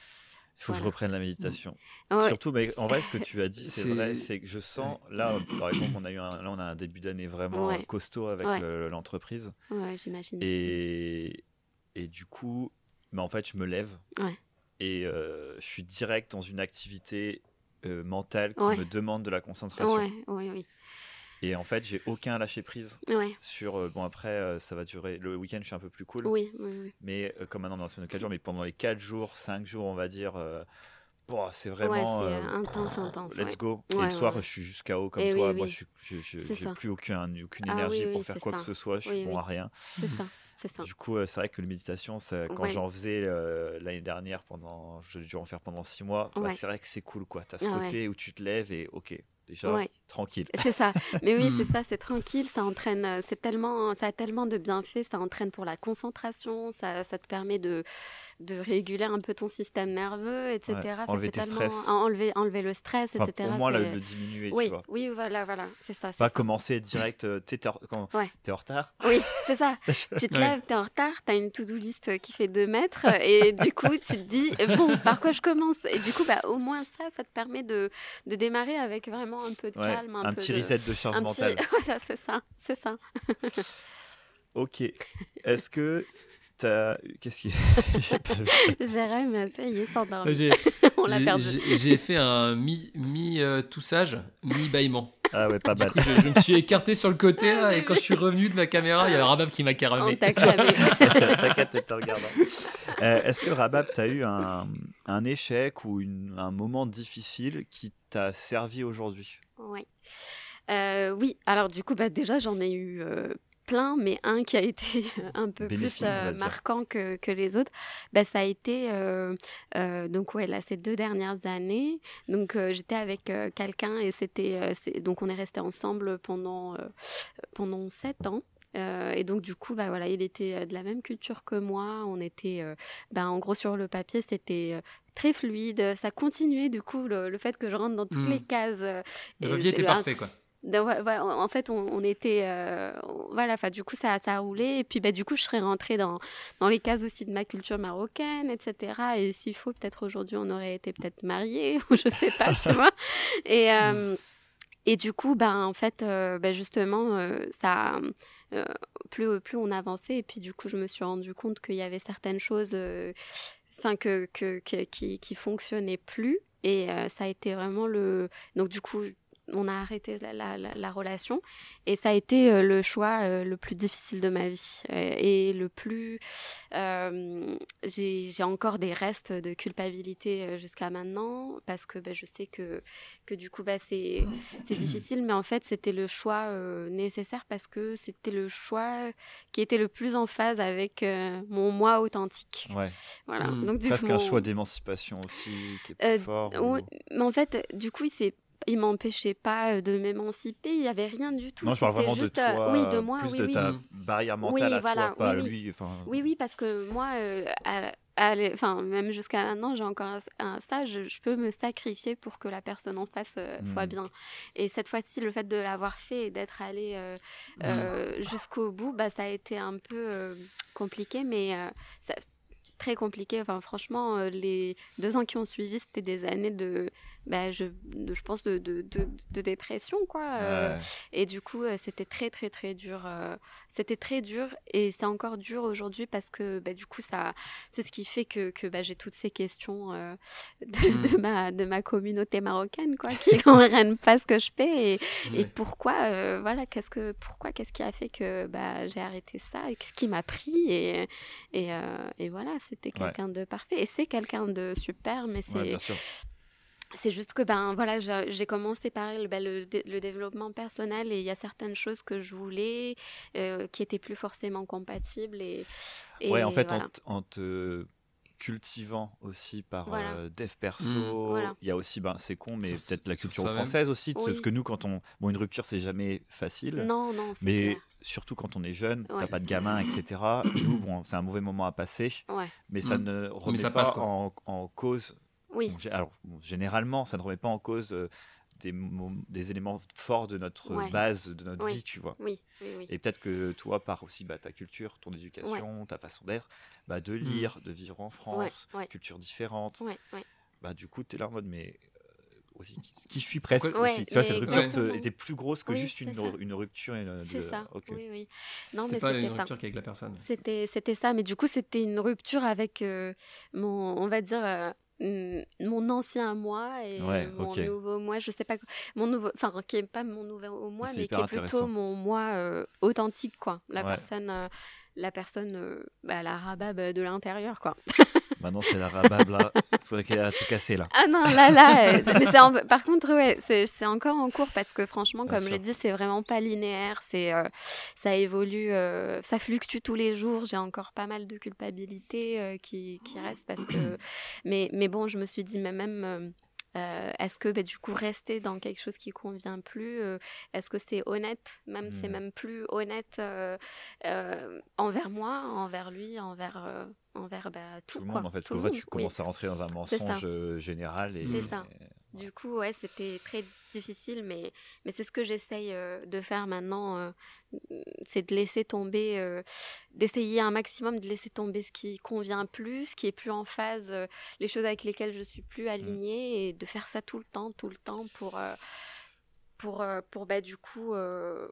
Il faut que je Voilà. reprenne la méditation. Ouais. Surtout, mais en vrai, ce que tu as dit, c'est C'est- vrai, c'est que je sens, là, par exemple, on a eu un, là, on a un début d'année vraiment Ouais. costaud avec Ouais. le- l'entreprise. Ouais, j'imagine. Et, et du coup, bah, en fait, je me lève Ouais. et euh, je suis direct dans une activité euh, mentale qui Ouais. me demande de la concentration. Ouais, ouais, oui. Et en fait, j'ai aucun lâcher prise Ouais. sur. euh, bon, après, euh, ça va durer. Le week-end, je suis un peu plus cool. Oui, oui, oui. Mais euh, comme maintenant, dans la semaine de quatre jours, mais pendant les quatre jours, cinq jours, on va dire, euh, bon, c'est Ouais, vraiment. c'est euh, euh, intense, intense. Let's ouais. go. Ouais, et le ouais, soir, ouais. je suis juste K O comme Eh toi. oui, Moi, oui. je suis- je- je- C'est j'ai ça. plus aucun, aucune Ah énergie oui, oui, pour faire c'est quoi ça. que ce soit. Je suis Oui, bon oui. à rien. C'est ça, c'est ça. Du coup, euh, c'est vrai que la méditation, ça, quand Ouais. j'en faisais euh, l'année dernière, pendant, j'ai dû en faire pendant six mois, bah, Ouais. c'est vrai que c'est cool, quoi. T'as ce Ah ouais. côté où tu te lèves et ok, déjà, Ouais. tranquille. C'est ça. Mais oui, Hmm. c'est ça, c'est tranquille, ça entraîne, euh, c'est tellement, ça a tellement de bienfaits, ça entraîne pour la concentration, ça, ça te permet de, de réguler un peu ton système nerveux, et cetera. Ouais. Enfin, Enlever c'est tes tellement- stress. Enlever, enlever le stress, Enfin, et cetera. au moins, là, c'est- le diminuer, Oui, tu vois. oui, voilà, voilà, c'est ça. c'est Pas ça. commencer direct, euh, t'es, t'es en- quand Ouais. t'es en retard. Oui, c'est ça. Tu te Ouais. lèves, t'es en retard, t'as une to-do list qui fait deux mètres, et du coup, tu te dis, bon, par quoi je commence? Et du coup, bah, au moins ça, ça te permet de, de démarrer avec vraiment un peu de Ouais. calme, un, Un peu petit de... reset de charge un petit- mentale. Voilà, c'est ça, c'est ça. Ok. Est-ce que t'as. Qu'est-ce qui. J'ai pas vu. Jérém, ça y est, s'endormi. J'ai On l'a j'ai- perdu. j'ai- j'ai fait un mi, mi euh, toussage, mi bâillement. Ah ouais, pas Du mal. coup, je, je me suis écarté sur le côté là, et quand je suis revenu de ma caméra, il y avait Rabab qui m'a On caramé. t'a clamé. T'inquiète, t'es te regardant. Euh, Est-ce que Rabab, t'as eu un, un échec ou une- un moment difficile qui t'a servi aujourd'hui? Ouais. Euh, oui, alors du coup, bah, déjà, j'en ai eu euh, plein, mais un qui a été un peu Bénéfique, plus on va euh, dire. marquant que, que les autres, bah, ça a été, euh, euh, donc ouais, là, ces deux dernières années, donc euh, j'étais avec euh, quelqu'un et c'était, euh, c'est- donc on est restés ensemble pendant, euh, pendant sept ans. Euh, et donc du coup, bah voilà, il était euh, de la même culture que moi. On était, euh, bah, en gros sur le papier, c'était euh, très fluide. Ça continuait du coup le, le fait que je rentre dans toutes Hmm. les cases. euh, Le et papier c'est était un parfait, quoi. donc, ouais, ouais, en en fait, on, on était, euh, on- voilà, enfin, du coup, ça, ça a roulé. Et puis, bah, du coup, je serais rentrée dans, dans les cases aussi de ma culture marocaine, et cetera. Et s'il faut, peut-être aujourd'hui, on aurait été peut-être mariés, ou je sais pas, tu vois. Et, euh, et du coup, ben, en fait, euh, ben, justement, euh, ça, euh, plus, plus on avançait, et puis du coup, je me suis rendu compte qu'il y avait certaines choses, euh, enfin, que, que, que- qui, qui fonctionnaient plus. Et euh, ça a été vraiment le... Donc du coup, on a arrêté la, la, la, la relation. Et ça a été euh, le choix euh, le plus difficile de ma vie. Euh, et le plus... Euh, j'ai, j'ai encore des restes de culpabilité euh, jusqu'à maintenant. Parce que bah, je sais que, que du coup, bah, c'est, c'est difficile. Mais en fait, c'était le choix euh, nécessaire parce que c'était le choix qui était le plus en phase avec euh, mon moi authentique. Ouais. Voilà. Mmh. Donc, du Presque coup, un mon... choix d'émancipation aussi qui est plus Euh, fort. oui, ou- mais en fait, du coup, il s'est il m'empêchait pas de m'émanciper, il y avait rien du tout. Non, je parle C'était vraiment juste, de euh, toi, oui, de moi, plus oui, de oui. ta Mm. barrière Oui, mentale à voilà, toi, pas oui, à oui. lui. Enfin, Oui, oui, parce que moi, euh, à- à l'- enfin, même jusqu'à maintenant, j'ai encore un, un ça, je, je peux me sacrifier pour que la personne en face euh, soit Mm. bien. Et cette fois-ci, le fait de l'avoir fait et d'être allée euh, euh, jusqu'au bout, bah, ça a été un peu euh, compliqué, mais euh, ça- très compliqué. Enfin, franchement, euh, les deux ans qui ont suivi, c'était des années de, bah, je, de- je pense, de, de, de, de dépression, quoi. Euh, ouais. et du coup, euh, c'était très, très, très dur. euh, c'était très dur et c'est encore dur aujourd'hui parce que, bah, du coup, ça, c'est ce qui fait que, que bah, j'ai toutes ces questions euh, de, Mm. de, ma, de ma communauté marocaine, quoi, qui ne comprennent pas ce que je fais et, et Ouais. pourquoi, euh, voilà, qu'est-ce que, pourquoi, qu'est-ce qui a fait que bah, j'ai arrêté ça et qu'est-ce qui m'a pris et, et, euh, et voilà, c'était Ouais. quelqu'un de parfait et c'est quelqu'un de super, mais c'est, Ouais, bien sûr. c'est juste que ben voilà, j'ai, j'ai commencé par le, ben, le, dé- le développement personnel et il y a certaines choses que je voulais euh, qui étaient plus forcément compatibles et, et Ouais, en fait, voilà. en, t- en te cultivant aussi par Voilà. euh, dev perso, Mm. Voilà. il y a aussi, ben, c'est con, mais Sur- peut-être la sur culture soi-même. française aussi, Oui. parce que nous, quand on... Bon, une rupture, c'est jamais facile, Non, non, c'est mais clair. surtout quand on est jeune, Ouais. t'as pas de gamin, et cetera. Nous, bon, c'est un mauvais moment à passer, Ouais. mais ça Mm. ne remet ça pas passe, quoi. en, en cause. Oui. Bon, gé- alors, bon, généralement, ça ne remet pas en cause euh, des, mom- des éléments forts de notre Ouais. base, de notre Oui. vie, tu vois. Oui, oui, oui. Et peut-être que toi, par aussi bah, ta culture, ton éducation, ta façon d'être, bah, de lire, de vivre en France, ouais. culture différente, Ouais, ouais. bah, du coup, tu es là en mode, mais euh, aussi, qui, qui je suis presque Pourquoi- aussi. Ouais, Tu vois, mais cette rupture te- exactement. était plus grosse que Oui, juste une, c'est ça. une rupture. Et, euh, C'est de- ça. ok. Oui, oui. Non, C'était mais pas c'était une ça. rupture qu'avec la personne. C'était, c'était ça, mais du coup, c'était une rupture avec euh, mon, on va dire, euh, mm, mon ancien moi et Ouais, mon ok. nouveau moi, je sais pas, quoi- mon nouveau, enfin, qui est pas mon nouveau moi, C'est mais hyper qui est plutôt intéressant. mon moi euh, authentique, quoi. La Ouais. personne, euh, la personne, euh, bah, la rababe de l'intérieur, quoi. Maintenant, c'est la rabab là. C'est pour qu'elle a tout cassé là. Ah non, là, là, euh, c'est- mais c'est en- par contre, ouais, c'est, c'est encore en cours parce que franchement, Bien comme je l'ai sûr. dit, c'est vraiment pas linéaire, c'est, euh, ça évolue, euh, ça fluctue tous les jours. J'ai encore pas mal de culpabilité euh, qui, qui reste parce que, mais, mais bon, je me suis dit, mais même. euh, euh, est-ce que bah, du coup rester dans quelque chose qui convient plus euh, est-ce que c'est honnête même c'est Mm. même plus honnête euh, euh, envers moi envers lui envers euh, envers bah, tout, Tout le quoi. monde, en fait. Tout En le vrai, monde, tu oui. commences à rentrer dans un C'est ça. mensonge euh, général. Et, C'est ça. et- Du coup, ouais, c'était très difficile, mais, mais c'est ce que j'essaye euh, de faire maintenant, euh, c'est de laisser tomber, euh, d'essayer un maximum de laisser tomber ce qui convient plus, ce qui est plus en phase, euh, les choses avec lesquelles je suis plus alignée, et de faire ça tout le temps, tout le temps pour, euh, pour, euh, pour bah, du coup, euh,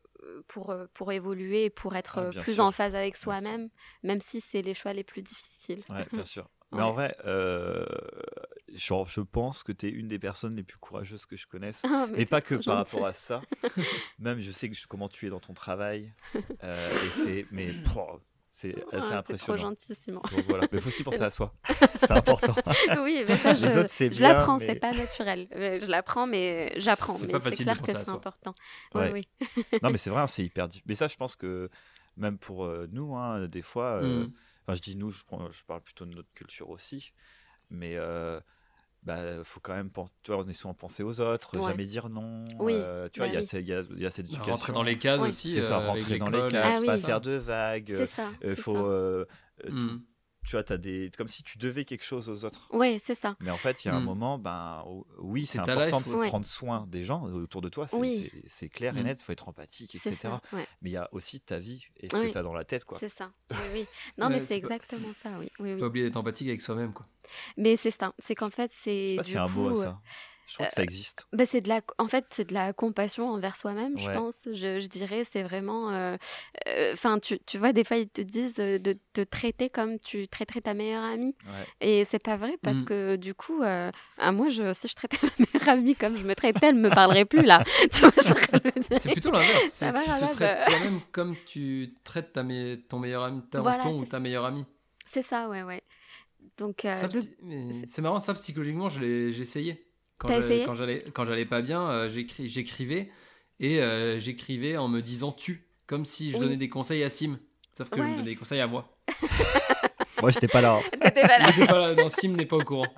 pour, euh, pour évoluer, et pour être Ah, euh, bien plus sûr. en phase avec soi-même, même si c'est les choix les plus difficiles. Ouais, bien sûr. Mais Ouais. en vrai, euh, genre, je pense que tu es une des personnes les plus courageuses que je connaisse. Ah, Mais t'es pas que trop par gentil. rapport à ça. Même, je sais que je- comment tu es dans ton travail. euh, et c'est, mais pouah, c'est assez Ah, c'est trop impressionnant. gentil, Simon. Donc voilà, mais il faut aussi penser à soi. C'est important. Oui, mais ça, Les je, autres, c'est je bien, l'apprends, mais- c'est pas naturel. Euh, Je l'apprends, mais j'apprends. C'est Mais pas c'est facile de clair que penser à c'est soi. important. Ouais. Oui, oui. Non, mais c'est vrai, hein, c'est hyper difficile. Mais ça, je pense que même pour euh, nous, hein, des fois, euh, Mm. enfin, je dis nous, je, prends- je parle plutôt de notre culture aussi, mais euh, bah, faut quand même penser, tu vois, on est souvent penser aux autres, Ouais. jamais dire non. Oui, euh, tu vois, il bah y, a oui. ce- il y, a, il y a cette éducation. Rentrer dans les cases Ouais. aussi. C'est ça, euh, avec rentrer dans les l'école, cases, Ah pas oui. faire de vagues. C'est ça. euh, c'est faut, ça. euh, euh, tout- Mm. tu vois, t'as des, comme si tu devais quelque chose aux autres. Ouais, c'est ça. Mais en fait, il y a un Mm. moment, ben, oh, oui, c'est C'est ta important life, de ouais. prendre soin des gens autour de toi, c'est Oui. c'est- c'est clair et Mm. net, il faut être empathique, C'est et cetera. ça. Ouais. Mais il y a aussi ta vie et ce Oui. que tu as dans la tête, quoi. C'est ça. Oui, oui. Non, Ouais, mais c'est c'est pas- exactement ça, oui. oui, oui. Pas oublier d'être empathique avec soi-même, quoi. Mais c'est ça. C'est qu'en fait, Je c'est sais pas du s'il y a un coup. mot à euh, ça. Je trouve que ça existe. Bah, c'est de la, en fait, c'est de la compassion envers soi-même, je Ouais. pense. Je, je dirais, c'est vraiment. Enfin, tu, tu vois, des fois, ils te disent euh, de te traiter comme tu traiterais ta meilleure amie. Ouais. Et c'est pas vrai parce Mm. que du coup, euh, ah, moi, je, si je traitais ma meilleure amie comme je me traitais, elle me parlerait plus là. Tu vois, je me dire. C'est plutôt l'inverse. C'est Ça va, tu ça te va, traites bah. toi-même comme tu traites ta me- ton meilleur ami, ta Voilà, ton ou c'est ta meilleure amie. C'est ça, ouais, ouais. Donc, euh, Ça, de- psy- mais c'est marrant, ça psychologiquement, je l'ai- j'ai essayé. Quand T'as j'allais- essayé quand j'allais quand j'allais pas bien, euh, j'écris- j'écrivais et euh, j'écrivais en me disant tu, comme si je Oui. donnais des conseils à Sim. Sauf que je me Ouais. donnais des conseils à moi. Moi, j'étais pas là. hein. T'étais pas là. J'étais pas là, non, Sim n'est pas au courant.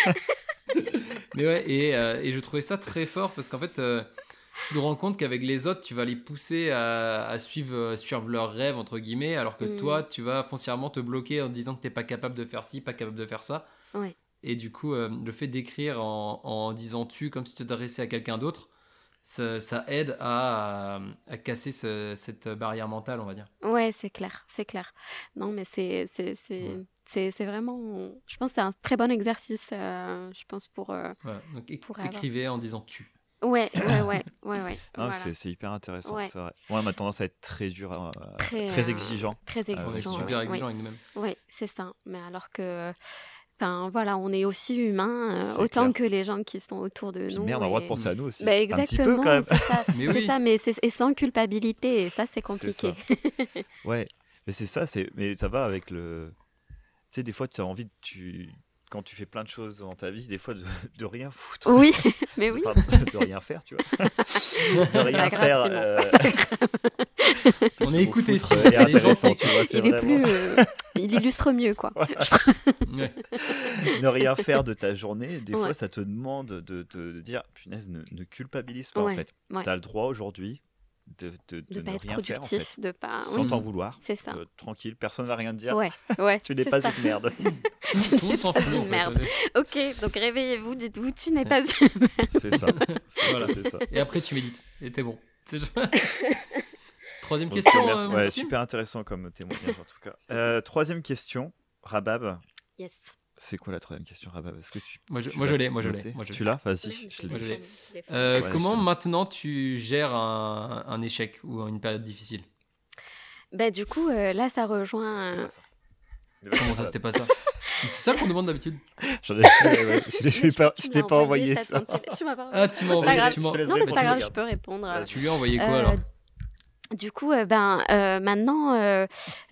Mais ouais, et, euh, et je trouvais ça très fort parce qu'en fait, euh, tu te rends compte qu'avec les autres, tu vas les pousser à, à suivre, à suivre leurs rêves, entre guillemets, alors que Mm. toi, tu vas foncièrement te bloquer en te disant que t'es pas capable de faire ci, pas capable de faire ça. Ouais. Et du coup, euh, le fait d'écrire en, en disant tu comme si tu t'adressais à quelqu'un d'autre, ça, ça aide à, à casser ce- cette barrière mentale, on va dire. Ouais, c'est clair, c'est clair. Non, mais c'est, c'est, c'est, Ouais. c'est, c'est vraiment. Je pense que c'est un très bon exercice, euh, je pense, pour. euh, Voilà. Donc é- Pour avoir- écrivez en disant tu. Ouais, ouais, ouais, ouais, ouais. Ah, voilà. c'est, c'est hyper intéressant, Ouais. c'est vrai. Moi, on a tendance à être très dur, euh, Très, très, euh, exigeant. Très Ah ouais, On est exigeant. super ouais, exigeant avec nous-mêmes. ouais, ouais, c'est ça. Mais alors que. Enfin, voilà, on est aussi humains, euh, C'est autant clair. que les gens qui sont autour de Puis nous. merde, on a le droit et- de penser à nous aussi. Bah, Un exactement, petit peu quand même. c'est ça. Mais C'est oui. ça, mais c'est, et sans culpabilité, et ça, c'est C'est compliqué. Ouais, mais c'est ça, c'est... mais ça va avec le. Tu sais, des fois, tu as envie de. Tu... Quand tu fais plein de choses dans ta vie, des fois, de, de rien foutre. Oui, mais De- oui. pardon, de rien faire, tu vois. De rien Pas grave, faire. Simon. euh, On faut est écouté foutre, si euh, et les gens intéressant, sont- tu vois. C'est Il est vraiment- plus. euh, il illustre mieux, quoi. Ouais. Ne rien faire de ta journée, des Ouais. fois, ça te demande de, de, de dire, punaise, ne, ne culpabilise pas, Ouais, en fait. ouais. Tu as le droit aujourd'hui de, de, de De ne pas être rien faire, en productif, fait. de pas. Sans Oui, t'en vouloir. c'est ça. Euh, tranquille, personne ne va rien te dire. Ouais, ouais. Tu n'es c'est pas ça. une merde. Tout le monde s'en pas fout. une en fait. merde. Ok, donc réveillez-vous, dites-vous, tu n'es pas une merde. C'est ça. C'est Voilà. ça, c'est ça. Et après, tu médites. Et t'es bon. C'est- Troisième Donc, question. merci. euh, Ouais, Maxime. super intéressant comme témoignage en tout cas. Euh, troisième question, Rabab. Yes. C'est quoi la troisième question, Rabab? Est-ce que tu, Moi, je, tu moi, l'as je l'ai. Moi, je noté l'ai. Moi, je Tu l'ai. l'as? Vas-y. Oui, je je l'ai. je l'ai. je l'ai fait. Euh, Ouais, comment je te- maintenant tu gères un, un échec ou une période difficile? Bah, du coup, euh, là, ça rejoint. C'était euh, pas ça. Mais vas-y, Comment ça, Rabab. c'était pas ça? C'est ça qu'on demande d'habitude. J'en ai- ouais, ouais, Je mais je l'ai je pas, pense que je tu t'ai l'as pas envoyé t'as ça. ton télé- Tu m'as pas Ah, tu m'as C'est pas envoyé. grave. Tu m'as- Je te laisse Non, mais c'est répondre, pas grave, regarde. je peux répondre. Vas-y. Tu lui as envoyé quoi Euh, alors? Du coup, euh, ben euh, maintenant, euh,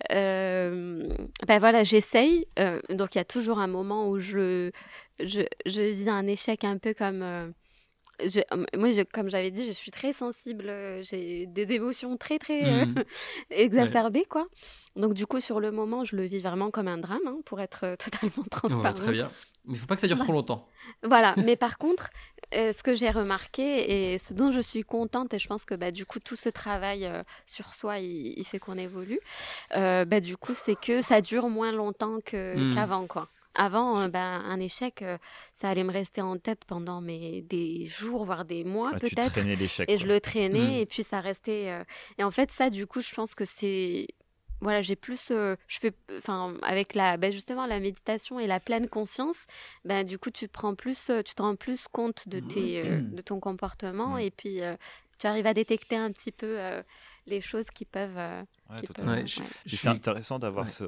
euh, ben voilà, j'essaye. euh, donc il y a toujours un moment où je je, je vis un échec un peu comme euh, je, moi, je- comme j'avais dit, je suis très sensible. euh, J'ai des émotions très très euh, Mhm. exacerbées, quoi. Donc du coup, sur le moment, je le vis vraiment comme un drame, hein, pour être euh, totalement Ouais, transparente. très bien. Mais il faut pas que ça dure trop longtemps. Voilà, mais par contre, euh, ce que j'ai remarqué et ce dont je suis contente, et je pense que bah, du coup, tout ce travail euh, sur soi, il, il fait qu'on évolue, euh, bah, du coup, c'est que ça dure moins longtemps que, Mm. qu'avant, quoi. Avant, euh, bah, un échec, euh, ça allait me rester en tête pendant mais, des jours, voire des mois, Ah, tu peut-être. traînais l'échec. Et quoi. je le traînais, Mm. et puis ça restait. euh, Et en fait, ça, du coup, je pense que c'est. Voilà, j'ai plus. euh, Je fais. Enfin, avec la. Ben justement, la méditation et la pleine conscience, ben, du coup, tu te prends plus. euh, Tu te rends plus compte de, tes, euh, de ton comportement, Mm. et puis euh, tu arrives à détecter un petit peu euh, les choses qui peuvent. euh, Ouais, qui totalement. peuvent, Ouais, je- ouais. je Et suis- c'est intéressant d'avoir Ouais. ce,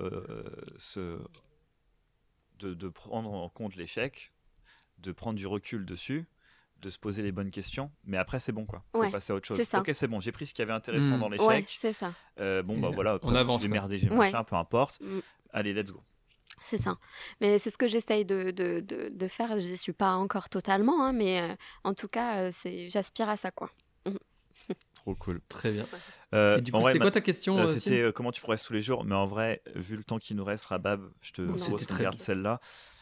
ce de, de prendre en compte l'échec, de prendre du recul dessus, de se poser les bonnes questions, mais après c'est bon quoi. Faut Ouais, passer à autre chose. c'est ça. Ok, c'est bon, j'ai pris ce qui avait intéressant Mm. dans Ouais, l'échec. c'est ça. Euh, bon Et bah voilà, on après, avance, j'ai quoi. merdé, j'ai Ouais. machin, peu importe. Mm. Allez, let's go. C'est ça. Mais c'est ce que j'essaye de, de, de, de faire. Je n'y suis pas encore totalement, hein, mais euh, en tout cas, euh, c'est, j'aspire à ça, quoi. Trop cool. Très bien. Euh, Et du en coup, vrai, c'était ma- quoi ta question? euh, euh, C'était Sim euh, comment tu progresses tous les jours, mais en vrai, vu le temps qui nous reste, Rabab, je te Non. propose C'était qu'on très garde bien. celle-là.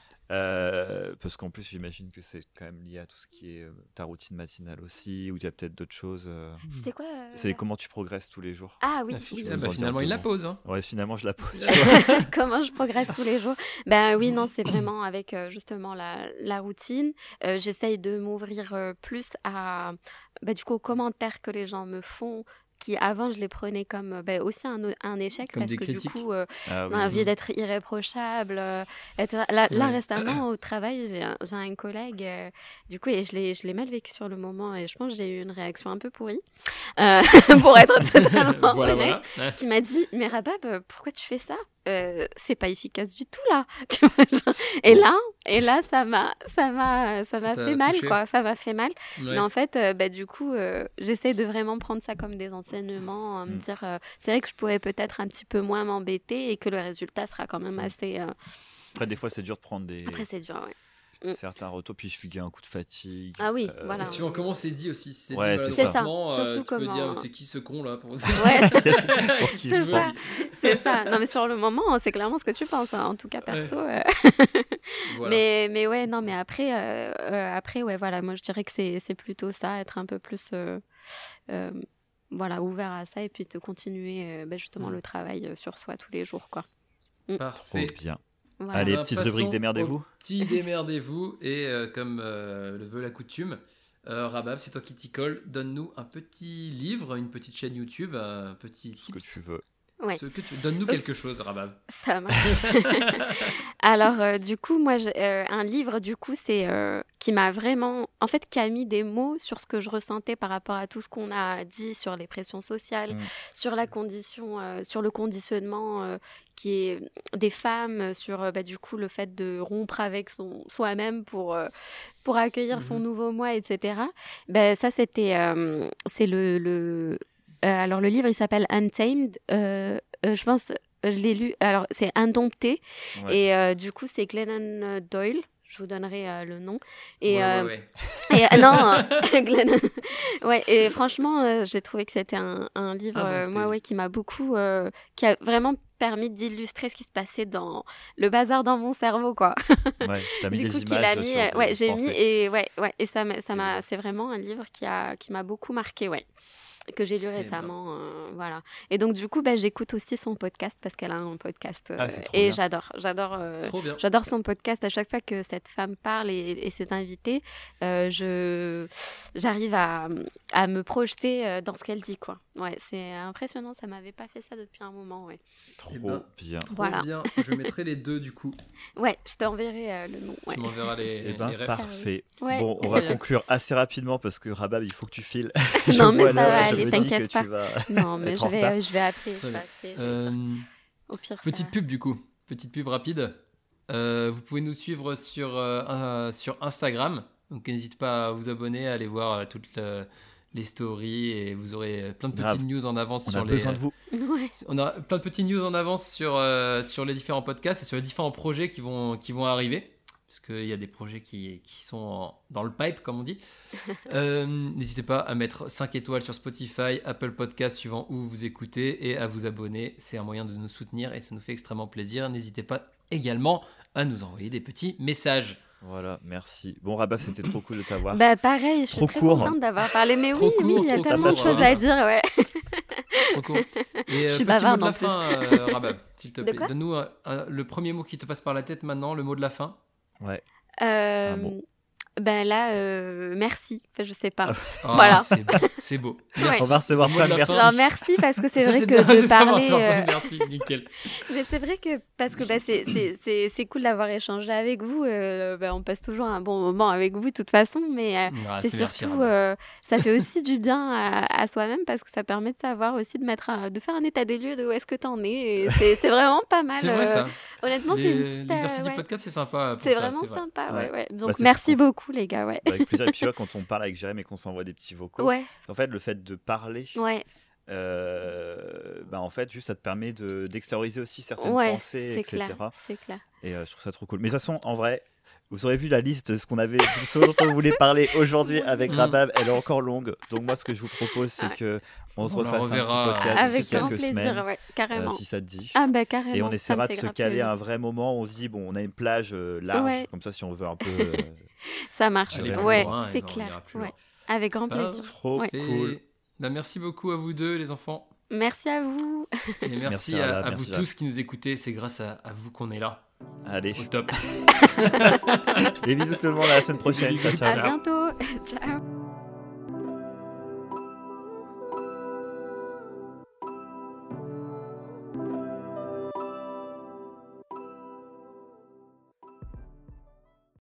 Euh, parce qu'en plus, j'imagine que c'est quand même lié à tout ce qui est euh, ta routine matinale aussi, ou il y a peut-être d'autres choses. euh, C'était quoi euh, C'est la- comment tu progresses tous les jours. Ah oui, Ah, oui. tu ah nous bah, en finalement, dire il la deux pose. Hein. Ouais, finalement, je la pose. Comment je progresse tous les jours? Ben oui, non, c'est vraiment avec euh, justement la, la routine. Euh, j'essaye de m'ouvrir euh, plus à, ben, du coup, aux commentaires que les gens me font, qui avant je les prenais comme bah, aussi un, un échec comme parce que critiques. du coup euh, Ah, on a oui. envie d'être irréprochable euh, et cetera. Là, là Ouais. récemment au travail j'ai un, j'ai un collègue euh, du coup et je l'ai, je l'ai mal vécu sur le moment et je pense que j'ai eu une réaction un peu pourrie euh, pour être totalement voilà, honnête, voilà. qui m'a dit mais Rabab pourquoi tu fais ça euh, c'est pas efficace du tout là. Tu vois, genre. Et là et là ça m'a ça m'a ça Ça m'a t'a fait mal touché. quoi, ça m'a fait mal. Ouais. Mais en fait euh, bah du coup euh, j'essaie de vraiment prendre ça comme des enseignements, euh, me Mm. dire euh, c'est vrai que je pourrais peut-être un petit peu moins m'embêter et que le résultat sera quand même Mm. assez euh, Après, des fois, c'est dur de prendre des... après c'est dur ouais. Mm. certains retours, puis il suffit qu'il y ait un coup de fatigue. Ah oui, euh, voilà. Et suivant comment c'est dit aussi. Si c'est Ouais, dit c'est ça. maladroitement, C'est ça. euh, Surtout tu peux comment- dire c'est qui ce con là pour... Ouais, c'est- Pour qui c'est se ça. prend. C'est ça. Non mais sur le moment, c'est clairement ce que tu penses hein, en tout cas perso. euh. Voilà. Mais mais ouais, non mais après euh, euh, après ouais voilà, moi je dirais que c'est c'est plutôt ça, être un peu plus euh, euh, voilà, ouvert à ça et puis de continuer euh, bah, justement Mm. le travail euh, sur soi tous les jours quoi. Trop Parfait. bien. Voilà. Allez, Ben, petite passons rubrique démerdez-vous. au Petit démerdez-vous. Et euh, comme euh, le veut la coutume, euh, Rabab, c'est toi qui t'y colle. Donne-nous un petit livre, une petite chaîne YouTube, un petit Ce que tips. tu veux. Ouais. Ce que tu... Donne-nous quelque chose, Rabab. Ça marche. Alors, euh, du coup, moi, j'ai, euh, un livre, du coup, c'est euh, qui m'a vraiment, en fait, qui a mis des mots sur ce que je ressentais par rapport à tout ce qu'on a dit sur les pressions sociales, Mm. sur la condition, euh, sur le conditionnement euh, qui est des femmes, sur euh, bah, du coup le fait de rompre avec son soi-même pour euh, pour accueillir son Mhm. nouveau moi, et cetera. Ben ça, c'était, euh, c'est le le euh, alors le livre il s'appelle Untamed. Euh, euh, je pense, je l'ai lu. Alors c'est Indompté. Ouais. Et euh, du coup, c'est Glennon Doyle. Je vous donnerai euh, le nom. Et, Ouais, ouais, euh, ouais. et euh, non, euh, Glennon. Ouais, et franchement, euh, j'ai trouvé que c'était un, un livre, Ah, euh, donc moi, t'es- ouais, qui m'a beaucoup, euh, qui a vraiment permis d'illustrer ce qui se passait dans le bazar dans mon cerveau, quoi. Ouais, t'as mis Du des coup, images qu'il a mis, sur euh, des ouais, j'ai mis pensées. et ouais, ouais, et ça, m'a, ça m'a, Et- c'est vraiment un livre qui a, qui m'a beaucoup marqué, ouais, que j'ai lu ben. récemment, euh, voilà. Et donc du coup, bah, j'écoute aussi son podcast parce qu'elle a un podcast euh, Ah, c'est trop et bien. j'adore, j'adore. euh, Trop bien. J'adore son podcast. À chaque fois que cette femme parle et, et ses invités, euh, je j'arrive à, à me projeter euh, dans ce qu'elle dit, quoi. Ouais, c'est impressionnant. Ça m'avait pas fait ça depuis un moment, ouais. Trop Eh ben, bien. Trop Voilà. bien. Je mettrai les deux du coup. Ouais, je t'enverrai euh, le nom. Ouais. Tu m'enverras les, Eh ben, les refs. parfait. Ouais. Bon, on va Ouais. conclure assez rapidement parce que Rabab, il faut que tu files. Non, mais vois ça l'heure va et je aller, me dis t'inquiète que pas. tu vas Non, mais être je en vais, retard. euh, je vais appeler. Je Très vais bien. appeler, je vais dire. Euh, Au pire, Petite ça... pub du coup, petite pub rapide. Euh, vous pouvez nous suivre sur, euh, euh, sur Instagram. Donc n'hésitez pas à vous abonner, à aller voir euh, toutes le- les stories et vous aurez euh, plein de Grave. petites news en avance On sur a les. besoin de vous. Ouais. On a plein de petites news en avance sur, euh, sur les différents podcasts et sur les différents projets qui vont, qui vont arriver. Parce qu'il y a des projets qui, qui sont en- dans le pipe, comme on dit. Euh, N'hésitez pas à mettre cinq étoiles sur Spotify, Apple Podcast, suivant où vous écoutez, et à vous abonner. C'est un moyen de nous soutenir et ça nous fait extrêmement plaisir. N'hésitez pas également à nous envoyer des petits messages. Voilà, merci. Bon, Rabab, c'était trop cool de t'avoir. Bah pareil, je suis Trop très court. contente d'avoir parlé. Mais Trop oui, oui, court, il y a trop tellement de court, choses hein. à dire, ouais. Trop cool. Et euh, Je suis petit mot bavarde de la en plus. fin, euh, Rabab, s'il te De plaît. quoi Donne-nous un- un- le premier mot qui te passe par la tête maintenant, le mot de la fin. Ouais. Euh, Un mot. ben là, euh, merci. Enfin, je sais pas. Ah, Voilà. C'est beau. C'est beau. Merci. On va recevoir Le mot plein de de la merci. fin. Non, merci parce que c'est Ça, vrai bien, que de c'est ça, on va parler. recevoir plein euh, de Merci, nickel. Mais c'est vrai que parce que bah, c'est, c'est, c'est, c'est cool d'avoir échangé avec vous. euh, bah, on passe toujours un bon moment avec vous de toute façon, mais euh, Ah, c'est merci, surtout Rabab. euh, ça fait aussi du bien à, à soi-même parce que ça permet de savoir aussi de mettre un- de faire un état des lieux de où est-ce que t'en es. Et c'est, c'est vraiment pas mal. C'est vrai euh, ça. Honnêtement, c'est une Les- petite. L'exercice euh, du ouais. podcast, c'est sympa. pour C'est ça, vraiment c'est vrai. sympa, ouais, Ouais. ouais. Donc Bah, c'est merci ce qu'on- beaucoup les gars, ouais. Bah, avec plaisir. Et puis, tu vois, quand on parle avec Jérém et qu'on s'envoie des petits vocaux, Ouais, en fait, le fait de parler, ouais, euh, bah, en fait, juste ça te permet de, d'extérioriser aussi certaines ouais, pensées, c'est et cetera. clair, c'est clair. Et euh, je trouve ça trop cool. Mais de toute façon, en vrai, vous aurez vu la liste de ce qu'on avait, de ce dont on voulait parler aujourd'hui avec Mm. Rabab. Elle est encore longue. Donc moi, ce que je vous propose, c'est Ouais. que on se On la refasse un reverra petit podcast Avec d'ici grand quelques plaisir, semaines, ouais, euh, carrément. si ça te dit. Ah bah carrément. Et on ça me essaiera de fait se grave caler plaisir. un vrai moment. On se dit, bon, on a une plage euh, large, Ouais. comme ça, si on veut un peu. euh, Ça marche. Aller Ouais. plus Ouais, loin, et c'est ben, on clair. ira plus Ouais. loin. Avec grand Bah, plaisir. trop Ouais. Et- cool. bah, merci beaucoup à vous deux, les enfants. Merci à vous. Et merci, Merci, à, Rabab, à merci, vous Jacques. tous qui nous écoutez. C'est grâce à, à vous qu'on est là. Allez, Au top. des bisous tout le monde. À la semaine prochaine. Ciao, ciao. À bientôt. Ciao.